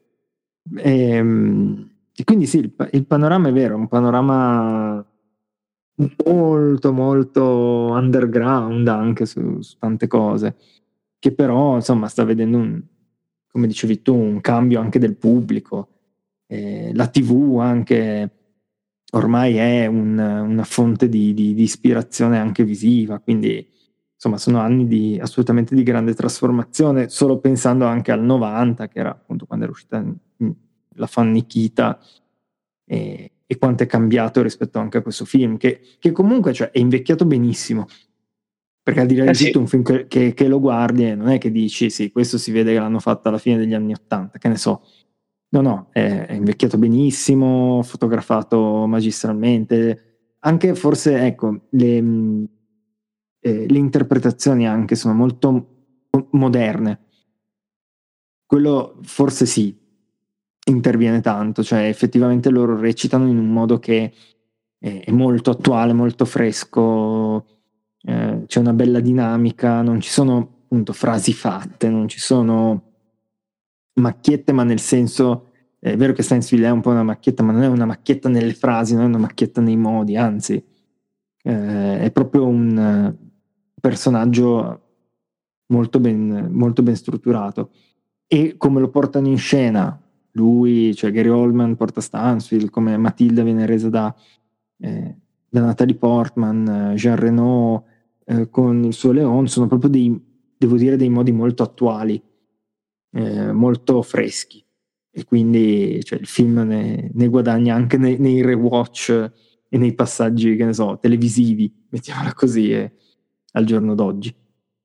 E quindi sì, il panorama è vero, un panorama molto molto underground anche su tante cose, che però insomma sta vedendo come dicevi tu, un cambio anche del pubblico. La TV anche ormai è una fonte di ispirazione anche visiva, quindi insomma sono anni assolutamente di grande trasformazione, solo pensando anche al 90, che era appunto quando era uscita la fan Nikita, e quanto è cambiato rispetto anche a questo film, che comunque, cioè, è invecchiato benissimo, perché al di là di tutto un film che lo guardi e non è che dici sì, questo si vede che l'hanno fatto alla fine degli anni '80, che ne so. No, è invecchiato benissimo, fotografato magistralmente, anche forse, ecco, le interpretazioni anche sono molto moderne. Quello forse sì, interviene tanto, cioè effettivamente loro recitano in un modo che è molto attuale, molto fresco, c'è una bella dinamica, non ci sono appunto frasi fatte, non ci sono macchiette, ma nel senso, è vero che Stansfield è un po' una macchietta, ma non è una macchietta nelle frasi, non è una macchietta nei modi, anzi è proprio un personaggio molto ben strutturato. E come lo portano in scena lui, cioè Gary Oldman porta Stansfield, come Matilda viene resa da Natalie Portman, Jean Reno con il suo Leon, sono proprio dei modi molto attuali, molto freschi, e quindi cioè, il film ne guadagna anche nei rewatch e nei passaggi, che ne so, televisivi, mettiamola così, al giorno d'oggi.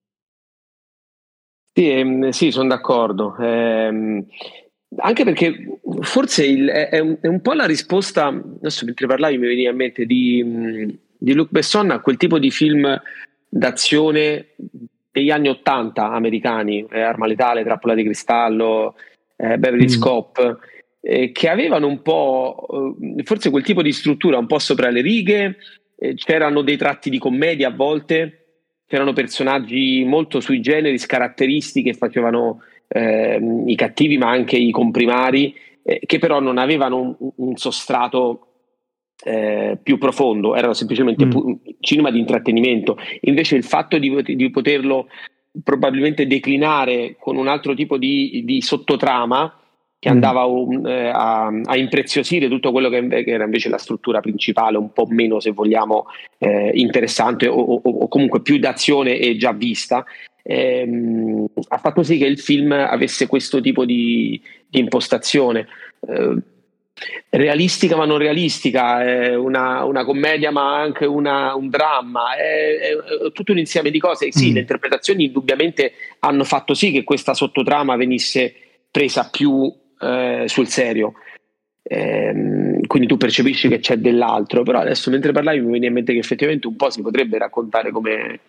Sì, sono d'accordo. Anche perché forse è un po' la risposta, adesso mentre parlavi mi veniva in mente di Luc Besson a quel tipo di film d'azione degli anni '80 americani, Arma Letale, Trappola di Cristallo, Beverly Hills Cop, che avevano un po', forse quel tipo di struttura un po' sopra le righe, c'erano dei tratti di commedia a volte, c'erano personaggi molto sui generis, caratteristiche che facevano i cattivi ma anche i comprimari, che però non avevano un sostrato più profondo, erano semplicemente cinema di intrattenimento. Invece il fatto di poterlo probabilmente declinare con un altro tipo di sottotrama che andava a impreziosire tutto quello che era invece la struttura principale, un po' meno, se vogliamo, interessante o comunque più d'azione e già vista, ha fatto sì che il film avesse questo tipo di impostazione. Realistica ma non realistica, una commedia ma anche un dramma, è tutto un insieme di cose. Sì, le interpretazioni indubbiamente hanno fatto sì che questa sottotrama venisse presa più sul serio, quindi tu percepisci che c'è dell'altro, però adesso mentre parlavi mi viene in mente che effettivamente un po' si potrebbe raccontare come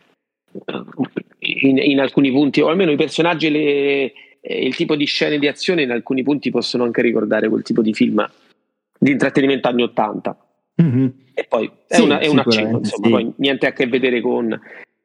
in alcuni punti, o almeno i personaggi e il tipo di scene di azione in alcuni punti possono anche ricordare quel tipo di film di intrattenimento anni '80. E poi è un accenno, insomma, sì. Poi niente a che vedere con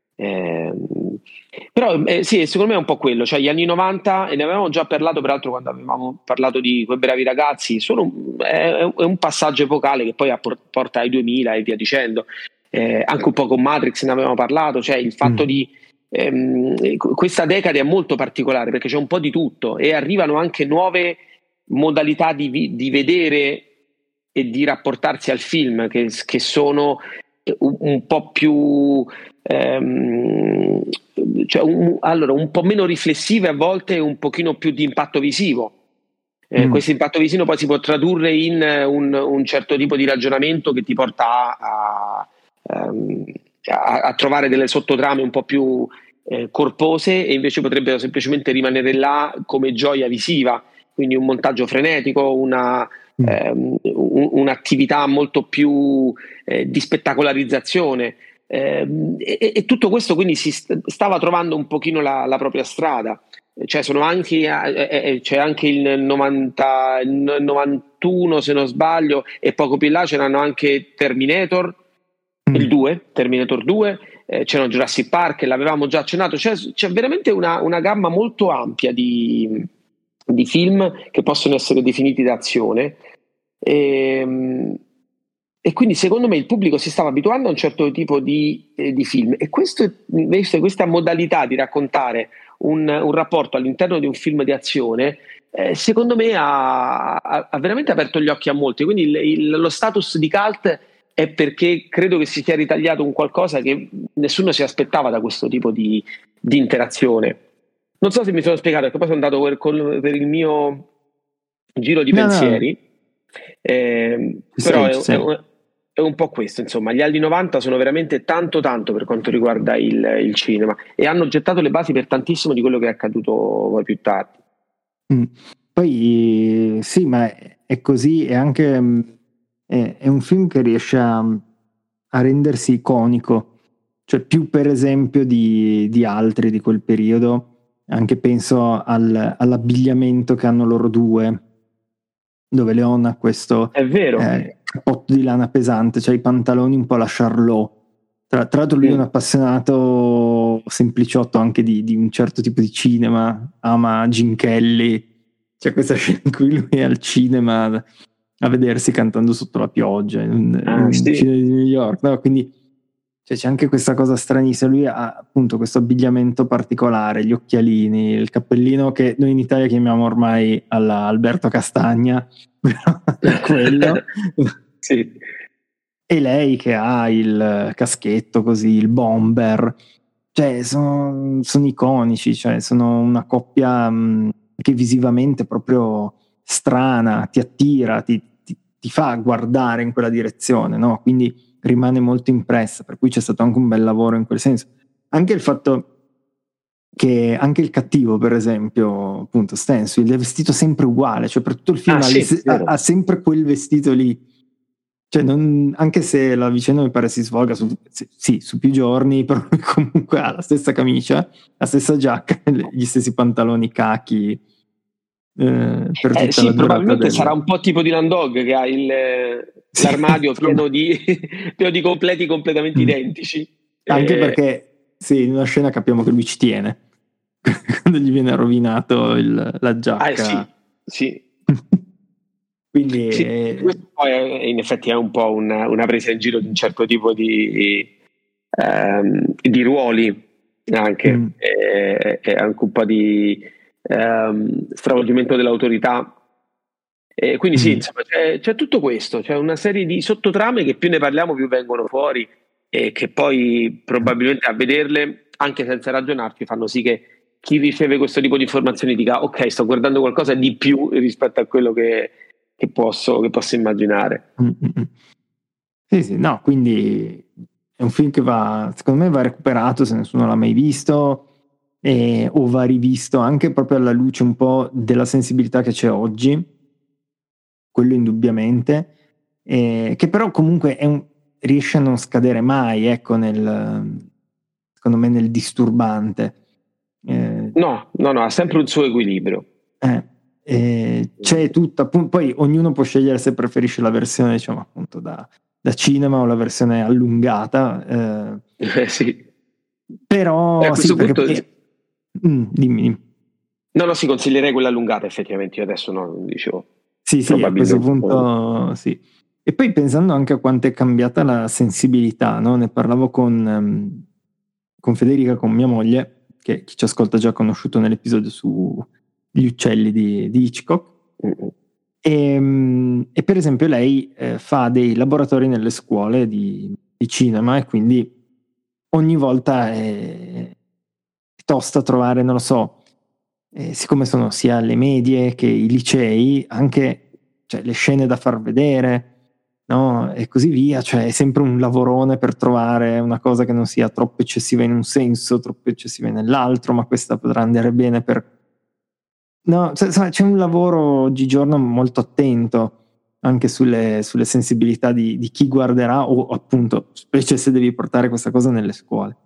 però sì, secondo me è un po' quello, cioè gli anni *90, e ne avevamo già parlato peraltro quando avevamo parlato di Quei bravi ragazzi, è un passaggio epocale che poi porta ai 2000 e via dicendo, anche un po' con Matrix ne avevamo parlato, cioè il fatto di questa decade è molto particolare perché c'è un po' di tutto e arrivano anche nuove modalità di vedere e di rapportarsi al film che sono un po' più cioè allora un po' meno riflessive a volte e un pochino più di impatto visivo. Questo impatto visivo poi si può tradurre in un certo tipo di ragionamento che ti porta a trovare delle sottotrame un po' più corpose, e invece potrebbero semplicemente rimanere là come gioia visiva, quindi un montaggio frenetico, un'attività molto più di spettacolarizzazione, e tutto questo quindi si stava trovando un pochino la propria strada. Cioè sono anche c'è anche il 91 se non sbaglio, e poco più là c'erano anche Terminator 2, c'erano Jurassic Park, l'avevamo già accennato, c'è veramente una gamma molto ampia di film che possono essere definiti d'azione, e quindi secondo me il pubblico si stava abituando a un certo tipo di film, e invece questa modalità di raccontare un rapporto all'interno di un film di azione secondo me ha veramente aperto gli occhi a molti, quindi lo status di cult è perché credo che si sia ritagliato un qualcosa che nessuno si aspettava da questo tipo di interazione. Non so se mi sono spiegato, perché poi sono andato per il mio giro di pensieri. Però è un po' questo, insomma. Gli anni '90 sono veramente tanto per quanto riguarda il cinema, e hanno gettato le basi per tantissimo di quello che è accaduto poi più tardi. Poi sì, ma è così, è anche è un film che riesce a rendersi iconico, cioè più per esempio di altri di quel periodo. Anche penso all'abbigliamento che hanno loro due, dove Leon ha questo cappotto di lana pesante, cioè i pantaloni un po' la Charlot. Tra l'altro lui è un appassionato sempliciotto anche di un certo tipo di cinema, ama Gene Kelly. C'è questa scena in cui lui è al cinema a vedersi cantando sotto la pioggia in cinema di New York, no? Quindi c'è anche questa cosa stranissima. Lui ha appunto questo abbigliamento particolare, gli occhialini, il cappellino che noi in Italia chiamiamo ormai alla Alberto Castagna, quello. Sì. E lei che ha il caschetto così, il bomber, cioè sono iconici, cioè sono una coppia che visivamente proprio strana, ti attira, ti fa guardare in quella direzione, no? Quindi rimane molto impressa, per cui c'è stato anche un bel lavoro in quel senso. Anche il fatto che anche il cattivo, per esempio, appunto Stanfield, è vestito sempre uguale, cioè per tutto il film ha sempre quel vestito lì. Cioè anche se la vicenda mi pare si svolga su più giorni, però comunque ha la stessa camicia, la stessa giacca, gli stessi pantaloni cachi per tutta sì, la probabilmente sarà un po' tipo Dylan Dog, che ha l'armadio pieno di completi completamente identici. Anche perché sì, in una scena capiamo che lui ci tiene quando gli viene rovinato la giacca. Sì. Quindi sì, questo poi in effetti è un po' una presa in giro di un certo tipo di ruoli, anche è anche un po' di stravolgimento dell'autorità. Quindi sì, insomma, c'è tutto questo, c'è una serie di sottotrame che più ne parliamo più vengono fuori, e che poi probabilmente a vederle, anche senza ragionarci, fanno sì che chi riceve questo tipo di informazioni dica ok, sto guardando qualcosa di più rispetto a quello che posso immaginare. Sì, no, quindi è un film che secondo me va recuperato se nessuno l'ha mai visto, o va rivisto anche proprio alla luce un po' della sensibilità che c'è oggi, quello indubbiamente, che però comunque riesce a non scadere mai, ecco, secondo me nel disturbante. No, ha sempre un suo equilibrio. C'è tutta, poi ognuno può scegliere se preferisce la versione, diciamo, appunto da cinema o la versione allungata. Sì. Però a questo punto dimmi. No, si consiglierei quella allungata, effettivamente. Io adesso no, dicevo. Sì, a questo punto sì. E poi pensando anche a quanto è cambiata la sensibilità, no? Ne parlavo con Federica, con mia moglie, che chi ci ascolta già ha conosciuto nell'episodio sugli uccelli di Hitchcock. E per esempio lei fa dei laboratori nelle scuole di cinema, e quindi ogni volta è tosta trovare, non lo so, siccome sono sia le medie che i licei, anche le scene da far vedere, no? E così via, cioè è sempre un lavorone per trovare una cosa che non sia troppo eccessiva in un senso, troppo eccessiva nell'altro, ma questa potrà andare bene per... No, c'è un lavoro oggigiorno molto attento anche sulle sensibilità di chi guarderà, o appunto, specie se devi portare questa cosa nelle scuole.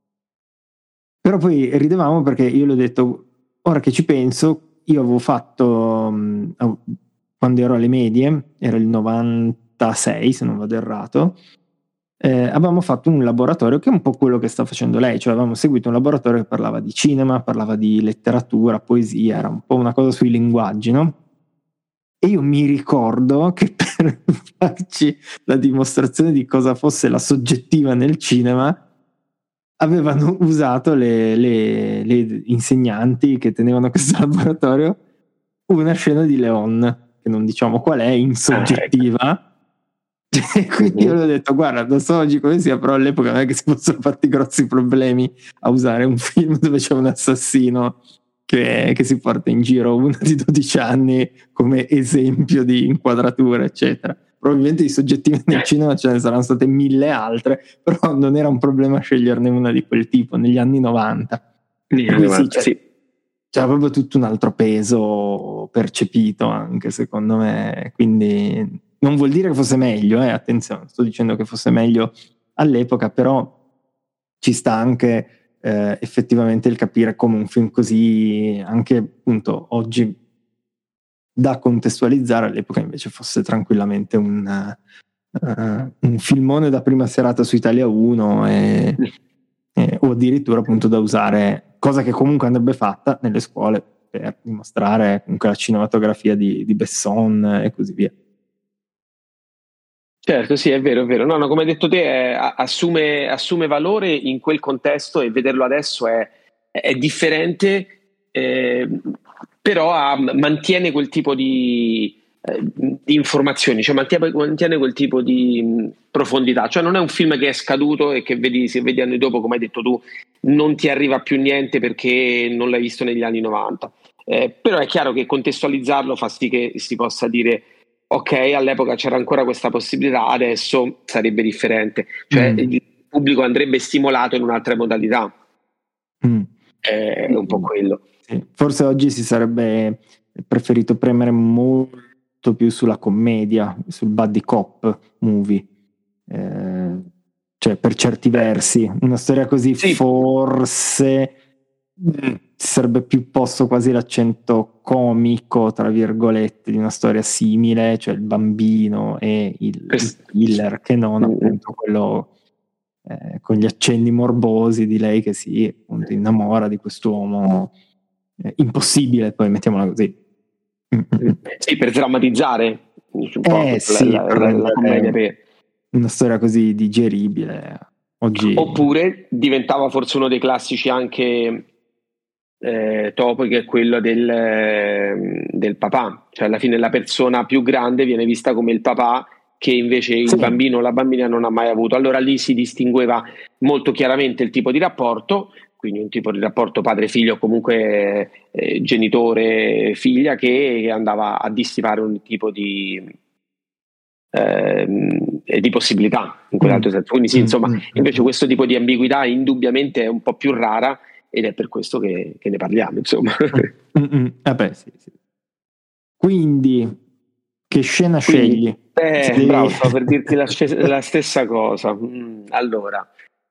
Però poi ridevamo perché io le ho detto, ora che ci penso, io avevo fatto, quando ero alle medie, era il 96 se non vado errato, avevamo fatto un laboratorio che è un po' quello che sta facendo lei, cioè avevamo seguito un laboratorio che parlava di cinema, parlava di letteratura, poesia, era un po' una cosa sui linguaggi, no? E io mi ricordo che per farci la dimostrazione di cosa fosse la soggettiva nel cinema avevano usato le insegnanti che tenevano questo laboratorio una scena di Leon, che non diciamo qual è, in soggettiva. E quindi io ho detto, guarda, non so oggi come sia, però all'epoca non è che si fossero fatti grossi problemi a usare un film dove c'è un assassino che si porta in giro una di 12 anni come esempio di inquadratura, eccetera. Probabilmente di soggettivi nel cinema ce ne saranno state 1000 altre, però non era un problema sceglierne una di quel tipo negli anni 90. Sì. C'era proprio tutto un altro peso percepito anche, secondo me, quindi non vuol dire che fosse meglio, attenzione, sto dicendo che fosse meglio all'epoca, però ci sta anche effettivamente il capire come un film così, anche appunto oggi da contestualizzare, all'epoca invece fosse tranquillamente un filmone da prima serata su Italia 1 o addirittura appunto da usare, cosa che comunque andrebbe fatta nelle scuole per dimostrare comunque la cinematografia di Besson e così via. Certo, sì, è vero. No, come hai detto te, assume valore in quel contesto, e vederlo adesso è differente, però mantiene quel tipo di informazioni, cioè mantiene quel tipo di profondità. Cioè non è un film che è scaduto e che se vedi anni dopo, come hai detto tu, non ti arriva più niente perché non l'hai visto negli anni 90. Però è chiaro che contestualizzarlo fa sì che si possa dire ok, all'epoca c'era ancora questa possibilità, adesso sarebbe differente, cioè il pubblico andrebbe stimolato in un'altra modalità. È un po' quello. Sì. Forse oggi si sarebbe preferito premere molto più sulla commedia, sul buddy cop movie, cioè per certi versi una storia così Sì. forse sarebbe più posto quasi l'accento comico tra virgolette di una storia simile, cioè il bambino e il killer, che non appunto quello con gli accenni morbosi di lei che si appunto innamora di quest'uomo impossibile, poi mettiamola così. Sì, per drammatizzare un po' sì, la commedia, per una storia così digeribile oggi. Oppure diventava forse uno dei classici anche topic, che è quello del papà, cioè alla fine la persona più grande viene vista come il papà, che invece il bambino o la bambina non ha mai avuto. Allora lì si distingueva molto chiaramente il tipo di rapporto, quindi un tipo di rapporto padre-figlio, comunque genitore-figlia, che andava a dissipare un tipo di possibilità in quell'altro senso. Quindi sì, insomma, invece questo tipo di ambiguità indubbiamente è un po' più rara, ed è per questo che ne parliamo, insomma. Vabbè, sì. Quindi che scena scegli? Bravo, stavo per dirti la stessa cosa. Allora,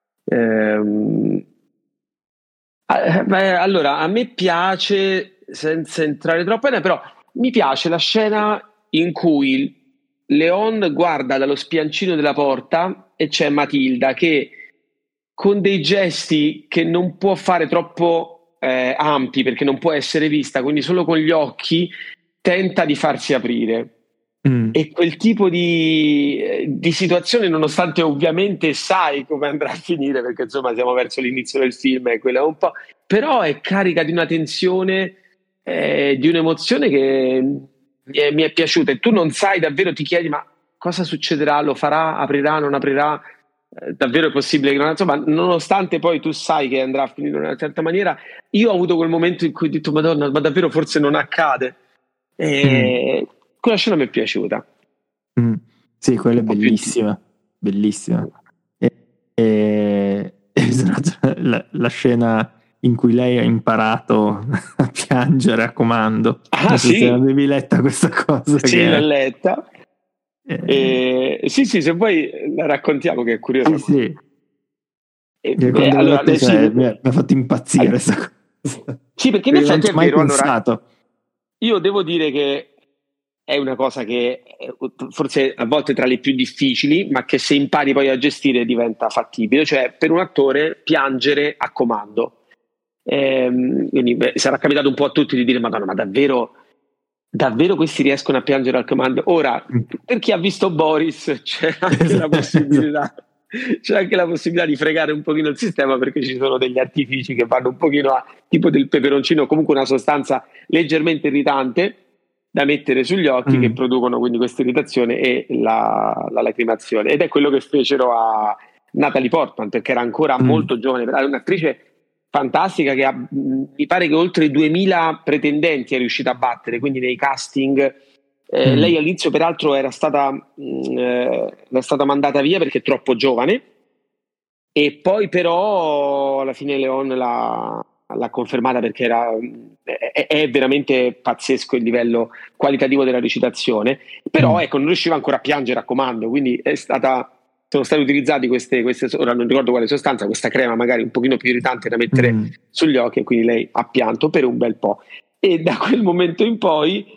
allora, a me piace, senza entrare troppo bene, però mi piace la scena in cui Leon guarda dallo spiancino della porta e c'è Matilda che, con dei gesti che non può fare troppo ampi perché non può essere vista, quindi solo con gli occhi tenta di farsi aprire. E quel tipo di situazione, nonostante ovviamente sai come andrà a finire, perché insomma siamo verso l'inizio del film e quello è un po', però è carica di una tensione, di un'emozione che mi è piaciuta, e tu non sai davvero, ti chiedi ma cosa succederà, lo farà, aprirà, non aprirà, davvero è possibile che non, insomma, nonostante poi tu sai che andrà a finire in una certa maniera, io ho avuto quel momento in cui ho detto Madonna, ma davvero forse non accade. Quella scena mi è piaciuta. Sì, quella è bellissima, bellissima. La scena in cui lei ha imparato a piangere a comando. Non so se avevi letta questa cosa. Sì, l'ho letta. Sì, se vuoi la raccontiamo, che è curiosa. Sì. Allora, mi ha fatto impazzire questa cosa. Sì, perché in effetti è vero. Allora, io devo dire che è una cosa che forse a volte tra le più difficili, ma che se impari poi a gestire diventa fattibile, cioè per un attore piangere a comando. Quindi sarà capitato un po' a tutti di dire Madonna, ma davvero questi riescono a piangere al comando? Ora, per chi ha visto Boris c'è anche la possibilità di fregare un pochino il sistema, perché ci sono degli artifici che vanno un pochino a tipo del peperoncino, comunque una sostanza leggermente irritante da mettere sugli occhi, che producono quindi questa irritazione e la lacrimazione, ed è quello che fecero a Natalie Portman, perché era ancora molto giovane, era un'attrice fantastica che mi pare che oltre 2000 pretendenti è riuscita a battere, quindi nei casting lei all'inizio peraltro era stata mandata via perché è troppo giovane, e poi però alla fine Leon l'ha confermata, perché è veramente pazzesco il livello qualitativo della recitazione, però ecco, non riusciva ancora a piangere a comando, quindi sono stati utilizzati queste, ora non ricordo quale sostanza, questa crema magari un pochino più irritante da mettere sugli occhi, e quindi lei ha pianto per un bel po', e da quel momento in poi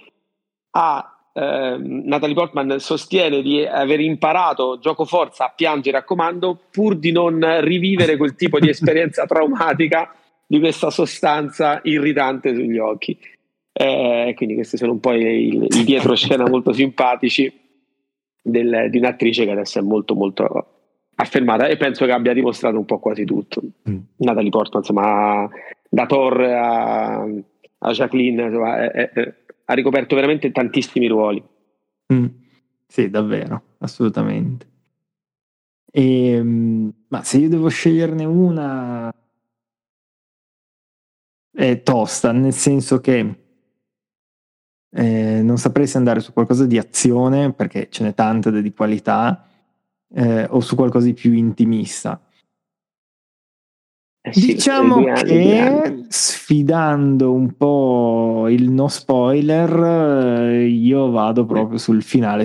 Natalie Portman sostiene di aver imparato gioco forza a piangere a comando pur di non rivivere quel tipo di esperienza traumatica di questa sostanza irritante sugli occhi. Quindi questi sono un po' i dietroscena molto simpatici di un'attrice che adesso è molto molto affermata, e penso che abbia dimostrato un po' quasi tutto. Natalie Portman, insomma, da Thor a Jacqueline, insomma, ha ricoperto veramente tantissimi ruoli. Sì, davvero, assolutamente. Ma se io devo sceglierne una, è tosta, nel senso che Non saprei se andare su qualcosa di azione, perché ce n'è tante di qualità, o su qualcosa di più intimista. Sì, Diciamo 2 anni, 2 anni. che, sfidando un po' il no spoiler, io vado proprio sul finale,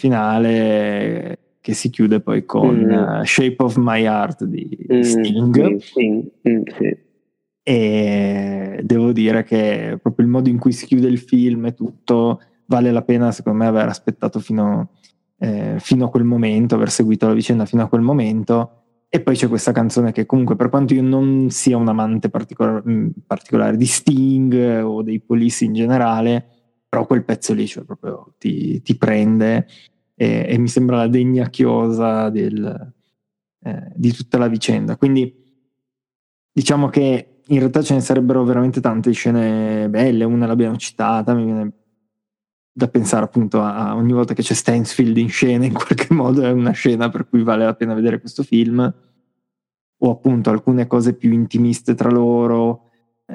che si chiude poi con Shape of My Heart di Sting. Sì. E devo dire che proprio il modo in cui si chiude il film e tutto vale la pena, secondo me, aver aspettato fino a quel momento, aver seguito la vicenda fino a quel momento. E poi c'è questa canzone che comunque, per quanto io non sia un amante particolare di Sting o dei Police in generale, però quel pezzo lì, cioè, proprio ti prende, e mi sembra la degna chiosa di tutta la vicenda. Quindi diciamo che in realtà ce ne sarebbero veramente tante scene belle. Una l'abbiamo citata, mi viene da pensare appunto a ogni volta che c'è Stansfield in scena, in qualche modo è una scena per cui vale la pena vedere questo film, o appunto alcune cose più intimiste tra loro,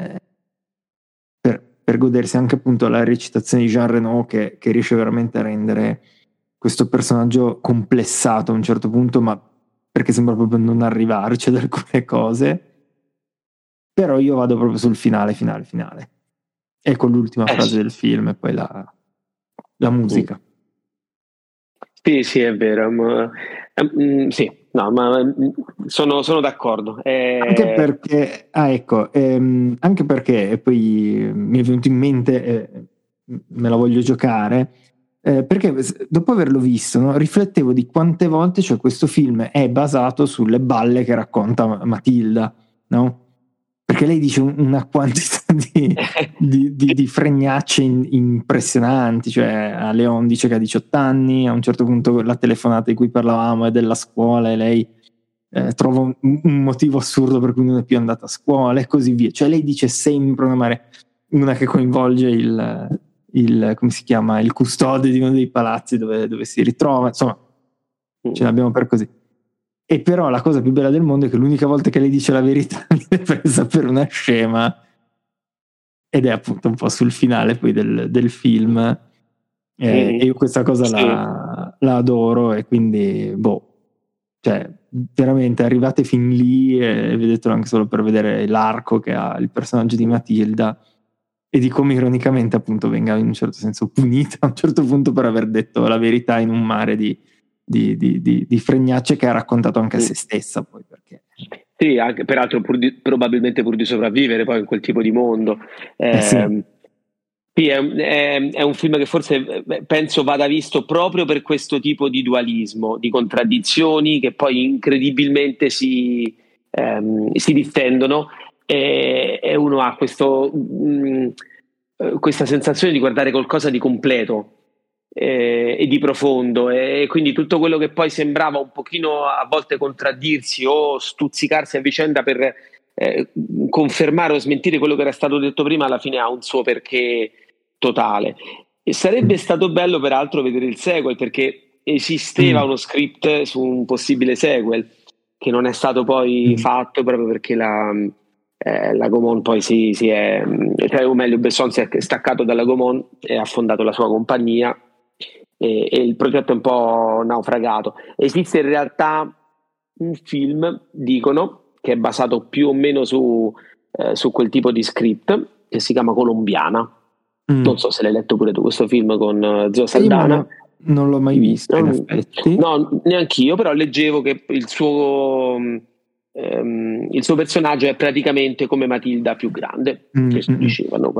per godersi anche appunto la recitazione di Jean Reno, che riesce veramente a rendere questo personaggio complessato a un certo punto, ma perché sembra proprio non arrivarci ad alcune cose. Però io vado proprio sul finale, e con l'ultima frase del film e poi la musica. Sì, è vero. Sì, no, ma sono d'accordo. Anche perché, anche perché, e poi mi è venuto in mente, me la voglio giocare, perché dopo averlo visto, no, riflettevo di quante volte, cioè, questo film è basato sulle balle che racconta Matilda, no? Perché lei dice una quantità di fregnacce impressionanti, cioè a Leon dice che ha 18 anni, a un certo punto la telefonata di cui parlavamo è della scuola e lei trova un motivo assurdo per cui non è più andata a scuola e così via. Cioè lei dice sempre una che coinvolge come si chiama, il custode di uno dei palazzi dove si ritrova, insomma ce l'abbiamo per così. E però la cosa più bella del mondo è che l'unica volta che lei dice la verità viene presa per una scema, ed è appunto un po' sul finale poi del film, e io questa cosa la adoro, e quindi cioè veramente arrivate fin lì, e vedetelo anche solo per vedere l'arco che ha il personaggio di Matilda e di come ironicamente appunto venga in un certo senso punita a un certo punto per aver detto la verità in un mare di fregnacce che ha raccontato anche a se stessa, poi, perché sì, anche peraltro probabilmente pur di sopravvivere poi in quel tipo di mondo. sì. Sì, è un film che forse penso vada visto proprio per questo tipo di dualismo, di contraddizioni che poi incredibilmente si difendono, e uno ha questa sensazione di guardare qualcosa di completo e di profondo, e quindi tutto quello che poi sembrava un pochino a volte contraddirsi o stuzzicarsi a vicenda per confermare o smentire quello che era stato detto prima, alla fine ha un suo perché totale. E sarebbe stato bello peraltro vedere il sequel, perché esisteva uno script su un possibile sequel che non è stato poi fatto, proprio perché la Gaumont poi si è, cioè, o meglio, Besson si è staccato dalla Gaumont e ha fondato la sua compagnia, e il progetto è un po' naufragato. Esiste in realtà un film, dicono, che è basato più o meno su quel tipo di script, che si chiama Colombiana. Non so se l'hai letto pure tu questo film con Zoe Saldana. Non l'ho mai visto, in effetti. No, neanch'io, però leggevo che il suo personaggio è praticamente come Matilda più grande, questo dicevano.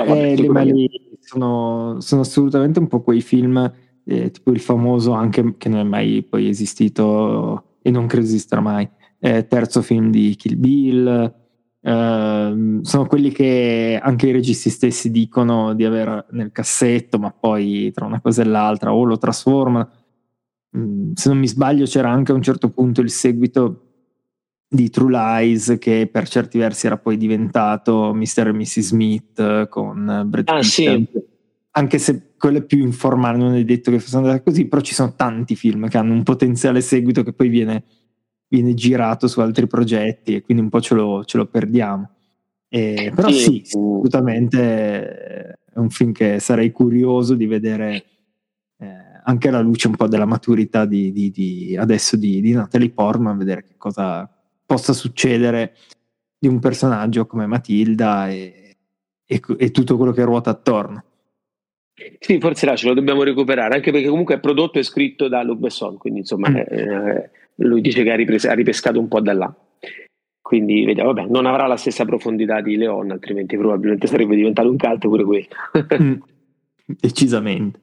Sono assolutamente un po' quei film, tipo il famoso, anche che non è mai poi esistito e non credo esisterà mai, terzo film di Kill Bill. Sono quelli che anche i registi stessi dicono di avere nel cassetto, ma poi tra una cosa e l'altra o lo trasformano. Se non mi sbaglio c'era anche a un certo punto il seguito di True Lies, che per certi versi era poi diventato Mr. e Mrs. Smith con Brad Pitt. Sì. Anche se quello è più informale, non è detto che fosse andata così, però ci sono tanti film che hanno un potenziale seguito che poi viene girato su altri progetti, e quindi un po' ce lo perdiamo. Però sì, assolutamente è un film che sarei curioso di vedere, anche alla luce un po' della maturità di adesso di Natalie Portman, vedere che cosa possa succedere di un personaggio come Matilda e tutto quello che ruota attorno. Sì, forse là ce lo dobbiamo recuperare, anche perché comunque è prodotto e scritto da Luc Besson, quindi insomma lui dice che ha ripescato un po' da là. Quindi vediamo, vabbè, non avrà la stessa profondità di Leon, altrimenti probabilmente sarebbe diventato un cult pure quello. Decisamente.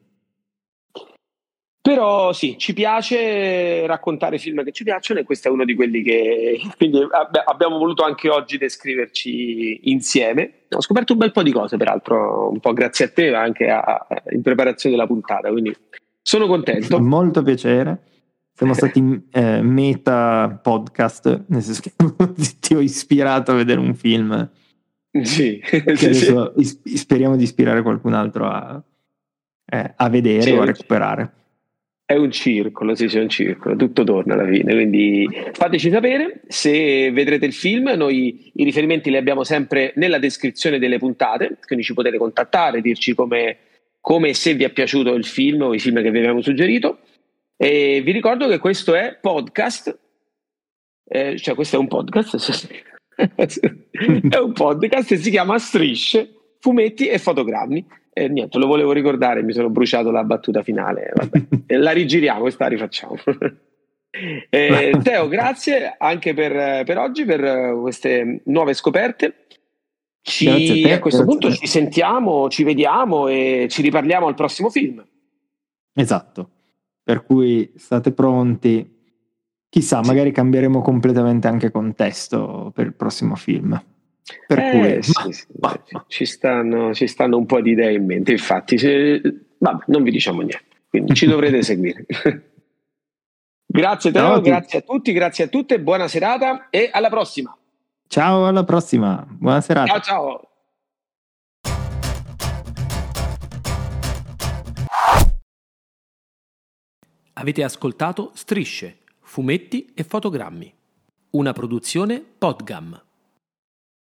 Però sì, ci piace raccontare film che ci piacciono e questo è uno di quelli che quindi abbiamo voluto anche oggi descriverci insieme. Ho scoperto un bel po' di cose, peraltro, un po' grazie a te, anche in preparazione della puntata, quindi sono contento. Molto piacere. Siamo stati meta podcast, nel senso che ti ho ispirato a vedere un film. Sì, adesso speriamo di ispirare qualcun altro a vedere o a recuperare. È un circolo, sì, c'è un circolo, tutto torna alla fine, quindi fateci sapere se vedrete il film. Noi i riferimenti li abbiamo sempre nella descrizione delle puntate, quindi ci potete contattare, dirci come e se vi è piaciuto il film o i film che vi abbiamo suggerito. E vi ricordo che questo è podcast, cioè questo è un podcast, è un podcast e si chiama Strisce, fumetti e fotogrammi. Niente, lo volevo ricordare, mi sono bruciato la battuta finale. Vabbè. La rigiriamo, questa la rifacciamo. Teo, grazie anche per oggi, per queste nuove scoperte. A questo punto ci sentiamo, ci vediamo e ci riparliamo al prossimo film. Esatto, per cui state pronti. Chissà, magari cambieremo completamente anche contesto per il prossimo film. Per cui ci stanno un po' di idee in mente, infatti vabbè, non vi diciamo niente, quindi ci dovrete seguire. Grazie Teo, grazie a tutti, grazie a tutte, buona serata e alla prossima. Ciao, alla prossima, buona serata. Ciao. Avete ascoltato Strisce, fumetti e fotogrammi, una produzione Podgam.